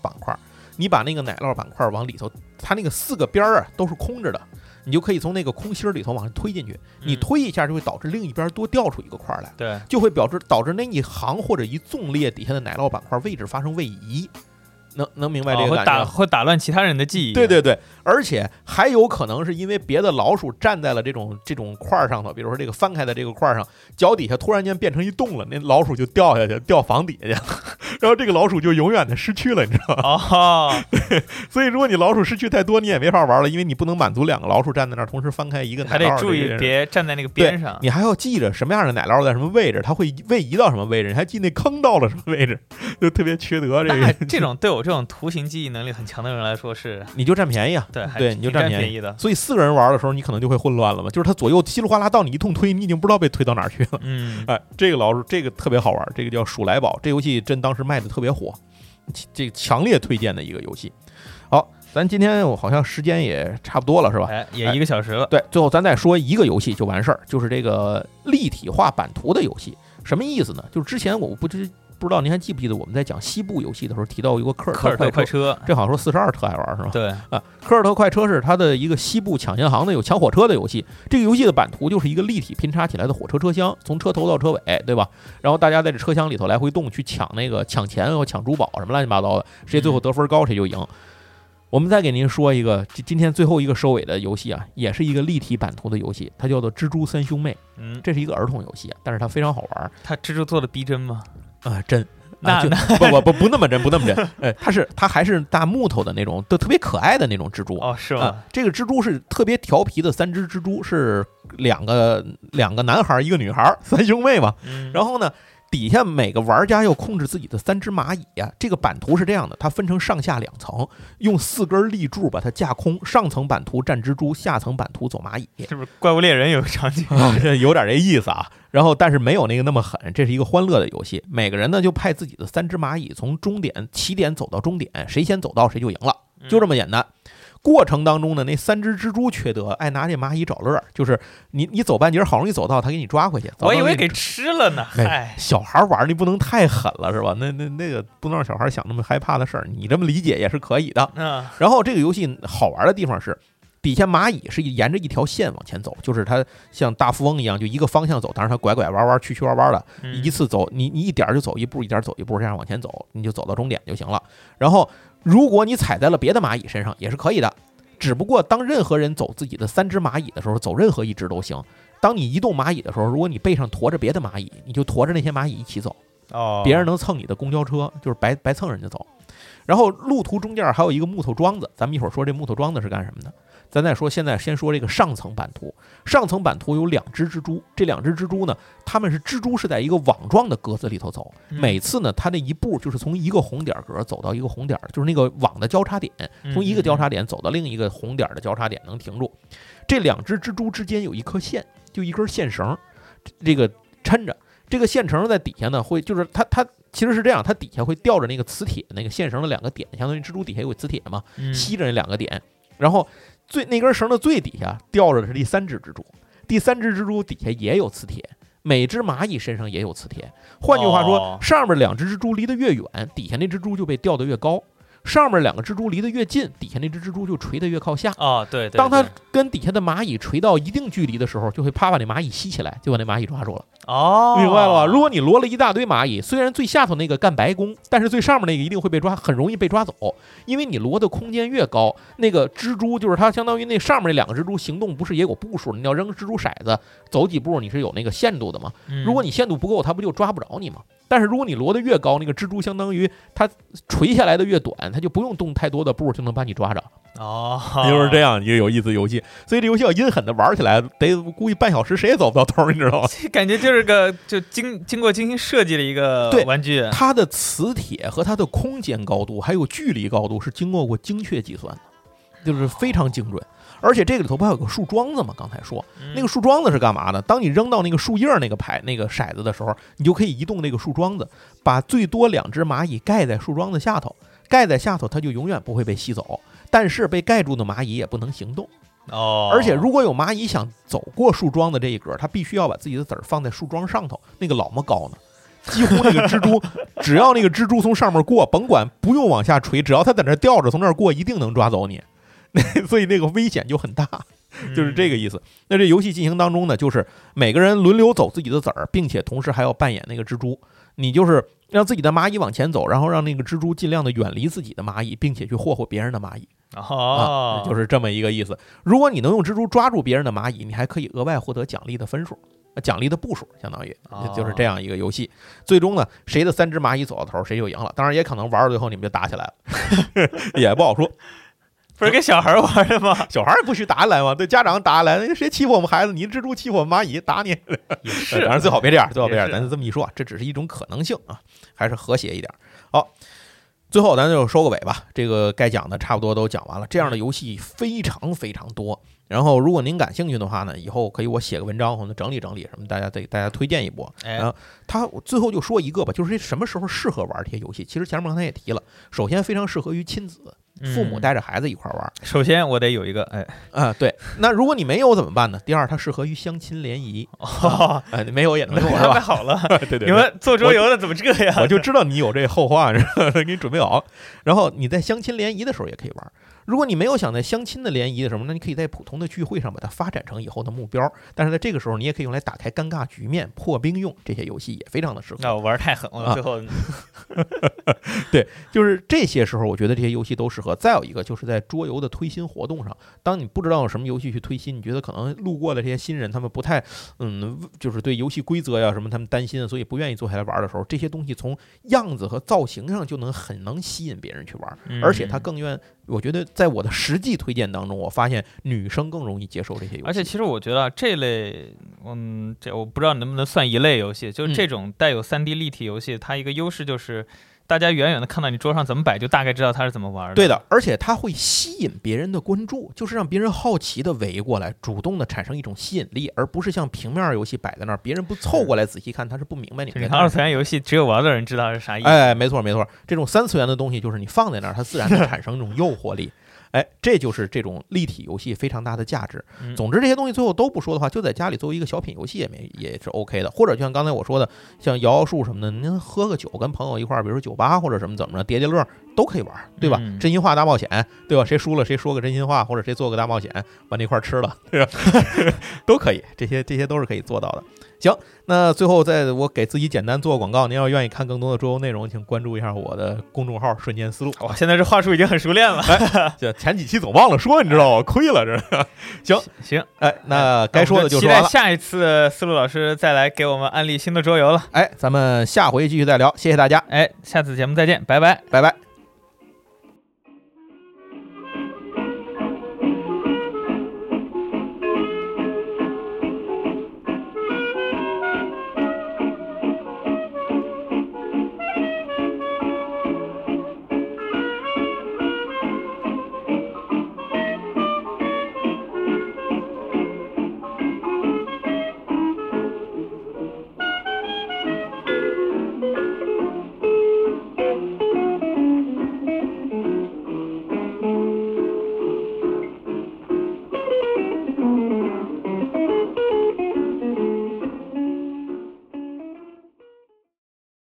板块，你把那个奶酪板块往里头，它那个四个边儿啊都是空着的，你就可以从那个空心里头往上推进去，你推一下就会导致另一边多掉出一个块来， 对， 就会表示导致那一行或者一纵列底下的奶酪板块位置发生位移。能能明白这个感觉、 哦、会打会打乱其他人的记忆。 对对对，而且还有可能是因为别的老鼠站在了这种这种块上头，比如说这个翻开的这个块上，脚底下突然间变成一洞了，那老鼠就掉下去，掉房底下去，然后这个老鼠就永远的失去了，你知道吗？ 哦， 对，所以如果你老鼠失去太多，你也没法玩了，因为你不能满足两个老鼠站在那儿同时翻开一个奶酪， 还得注意别站在那个边上， 你还要记着什么样的奶酪在什么位置，它会位移到什么位置，你还记那坑到了什么位置，就特别缺德。这个这种对我这种图形记忆能力很强的人来说是， 你就占便宜啊， 对对，你就占便宜的。 所以四个人玩的时候，你可能就会混乱了嘛，就是他左右稀里哗啦到你一通推，你已经不知道被推到哪儿去了。 嗯， 哎，这个老鼠这个特别好玩，这个叫鼠来宝，这游戏真当时卖的特别火，这个强烈推荐的一个游戏。好，咱今天我好像时间也差不多了，是吧？ 哎，也一个小时了。 对，最后咱再说一个游戏就完事儿，就是这个立体化版图的游戏。什么意思呢？就是之前我不知不知道您还记不记得我们在讲西部游戏的时候提到一个科尔特快车， 这好像说四十二特爱玩是吧？ 对啊，科尔特快车是它的一个西部抢银行的有抢火车的游戏。这个游戏的版图就是一个立体拼插起来的火车车厢，从车头到车尾，对吧？然后大家在这车厢里头来回动，去抢那个抢钱和抢珠宝什么乱七八糟的，谁最后得分高谁就赢。嗯，我们再给您说一个今天最后一个收尾的游戏啊，也是一个立体版图的游戏，它叫做蜘蛛三兄妹。 嗯， 这是一个儿童游戏啊，但是它非常好玩。 它蜘蛛做的逼真吗？ 啊、呃，真。 那就不不不不那么真，不那么真，哎，它是它还是大木头的那种，都特别可爱的那种蜘蛛哦，是吗、 呃？这个蜘蛛是特别调皮的三只蜘蛛，是两个两个男孩一个女孩，三兄妹嘛。 嗯、 然后呢，底下每个玩家要控制自己的三只蚂蚁呀、啊。这个版图是这样的，它分成上下两层，用四根立柱把它架空，上层版图站蜘蛛，下层版图走蚂蚁。 是不是怪物猎人有个场景？ 啊，这有点这意思啊。然后，但是没有那个那么狠，这是一个欢乐的游戏。每个人呢就派自己的三只蚂蚁从终点起点走到终点，谁先走到谁就赢了，就这么简单。过程当中呢，那三只蜘蛛缺德，爱拿这蚂蚁找乐，就是你你走半截好容易走到，他给你抓回去。 我以为给吃了呢。 哎，小孩玩你不能太狠了，是吧？那那那个不能让小孩想那么害怕的事儿，你这么理解也是可以的。 嗯。 然后这个游戏好玩的地方是，底下蚂蚁是沿着一条线往前走，就是它像大富翁一样，就一个方向走，当然它拐拐弯弯、曲曲弯弯的， 嗯、 一次走你你一点就走一步，一点走一步，这样往前走，你就走到终点就行了。然后如果你踩在了别的蚂蚁身上也是可以的，只不过当任何人走自己的三只蚂蚁的时候，走任何一只都行。当你移动蚂蚁的时候，如果你背上驮着别的蚂蚁，你就驮着那些蚂蚁一起走。 哦， 别人能蹭你的公交车，就是白白蹭人家走。然后路途中间还有一个木头桩子，咱们一会儿说这木头桩子是干什么的。咱再说，现在先说这个上层版图。上层版图有两只蜘蛛，这两只蜘蛛呢，它们是蜘蛛是在一个网状的格子里头走，每次呢，它那一步就是从一个红点格走到一个红点，就是那个网的交叉点，从一个交叉点走到另一个红点的交叉点能停住。这两只蜘蛛之间有一颗线，就一根线绳，这个抻着。这个线绳在底下呢，会就是它它其实是这样，它底下会吊着那个磁铁，那个线绳的两个点，相当于蜘蛛底下有个磁铁嘛，吸着那两个点，然后最那根绳的最底下吊着的是第三只蜘蛛，第三只蜘蛛底下也有磁铁，每只蚂蚁身上也有磁铁。换句话说，上面两只蜘蛛离得越远，底下那只蜘蛛就被吊得越高。上面两个蜘蛛离得越近，底下那只蜘蛛就垂得越靠下。 哦，对， 对， 对， 当它跟底下的蚂蚁垂到一定距离的时候，就会啪把那蚂蚁吸起来，就把那蚂蚁抓住了。 哦， 明白了吧？如果你摞了一大堆蚂蚁，虽然最下头那个干白工，但是最上面那个一定会被抓，很容易被抓走，因为你摞的空间越高，那个蜘蛛就是它相当于那上面那两个蜘蛛行动不是也有步数，你要扔蜘蛛骰子走几步你是有那个限度的嘛？如果你限度不够，它不就抓不着你吗？但是如果你摞得越高，那个蜘蛛相当于它垂下来的越短，它就不用动太多的步就能把你抓着。 哦， 就是这样一个有意思的游戏，所以这游戏要阴狠的玩起来，得估计半小时谁也走不到头，你知道吗？ 感觉就是个就经经过精心设计的一个玩具。 它的磁铁和它的空间高度还有距离高度是经过过精确计算的，就是非常精准。而且这个里头不还有个树桩子吗？刚才说那个树桩子是干嘛的？当你扔到那个树叶那个牌那个骰子的时候，你就可以移动那个树桩子，把最多两只蚂蚁盖在树桩子下头，盖在下头它就永远不会被吸走，但是被盖住的蚂蚁也不能行动。 哦， 而且如果有蚂蚁想走过树桩的这一格，它必须要把自己的籽儿放在树桩上头，那个老么高呢？ 几乎那个蜘蛛，只要那个蜘蛛从上面过，甭管不用往下垂，只要它在那吊着，从那儿过，一定能抓走你。所以那个危险就很大，就是这个意思。那这游戏进行当中呢，就是每个人轮流走自己的子儿，并且同时还要扮演那个蜘蛛。你就是让自己的蚂蚁往前走，然后让那个蜘蛛尽量的远离自己的蚂蚁，并且去霍霍别人的蚂蚁。 哦、 啊，就是这么一个意思。如果你能用蜘蛛抓住别人的蚂蚁，你还可以额外获得奖励的分数。奖励的步数相当于就是这样一个游戏，最终呢，谁的三只蚂蚁走到头，谁就赢了。当然也可能玩到最后你们就打起来了，也不好说。 不是给小孩玩的吗？ 小孩也不许打起来吗？对，家长打起来，谁欺负我们孩子？你蜘蛛欺负我们蚂蚁，打你。 也是， 当然最好别这样，最好别这样。咱这么一说，这只是一种可能性啊，还是和谐一点。好。最后咱就收个尾吧，这个该讲的差不多都讲完了。这样的游戏非常非常多，然后如果您感兴趣的话呢，以后可以我写个文章或者整理整理什么，大家给大家推荐一波。然后他最后就说一个吧，就是什么时候适合玩这些游戏。其实前面刚才也提了，首先非常适合于亲子，父母带着孩子一块玩。 嗯、首先我得有一个，哎啊，对。那如果你没有怎么办呢？第二，它适合于相亲联谊。哦，哎，没有也能用是吧？ 太好了， 对对对， 你们做桌游的怎么这样？ 我就知道你有这后话，给你准备好。然后你在相亲联谊的时候也可以玩。如果你没有想在相亲的联谊的时候，那你可以在普通的聚会上把它发展成以后的目标。但是在这个时候，你也可以用来打开尴尬局面、破冰用，这些游戏也非常的适合。 那我玩太狠了，最后。 对，就是这些时候，我觉得这些游戏都适合。再有一个，就是在桌游的推新活动上，当你不知道有什么游戏去推新，你觉得可能路过的这些新人他们不太，嗯，就是对游戏规则呀什么他们担心，所以不愿意坐下来玩的时候，这些东西从样子和造型上就能很能吸引别人去玩， 嗯、 而且他更愿。我觉得在我的实际推荐当中，我发现女生更容易接受这些游戏。 而且其实我觉得这类，嗯，这我不知道能不能算一类游戏，就是这种带有 三 D 立体游戏，它一个优势就是大家远远的看到你桌上怎么摆，就大概知道它是怎么玩的。 对的，而且它会吸引别人的关注，就是让别人好奇的围过来，主动的产生一种吸引力，而不是像平面游戏摆在那儿，别人不凑过来仔细看，他是不明白你们。 你看二次元游戏，只有玩的人知道是啥意思。 哎，没错没错，这种三次元的东西，就是你放在那儿，它自然的产生一种诱惑力。哎，这就是这种立体游戏非常大的价值。总之，这些东西最后都不说的话，就在家里作为一个小品游戏也没也是 OK 的。或者就像刚才我说的，像摇摇树什么的，您喝个酒，跟朋友一块儿，比如说酒吧或者什么怎么着，叠叠乐都可以玩，对吧？ 嗯、 真心话大冒险，对吧？谁输了谁说个真心话，或者谁做个大冒险，把那块吃了，对吧？都可以，这些这些都是可以做到的。行，那最后再我给自己简单做个广告，您要愿意看更多的桌游内容，请关注一下我的公众号“瞬间思路”。 哇，现在这话术已经很熟练了， 哎，这前几期总忘了说，你知道吗？亏了这。行行， 哎，那该说的就说完了。 期待下一次思路老师再来给我们安利新的桌游了。 哎，咱们下回继续再聊，谢谢大家。 哎，下次节目再见，拜拜， 拜拜。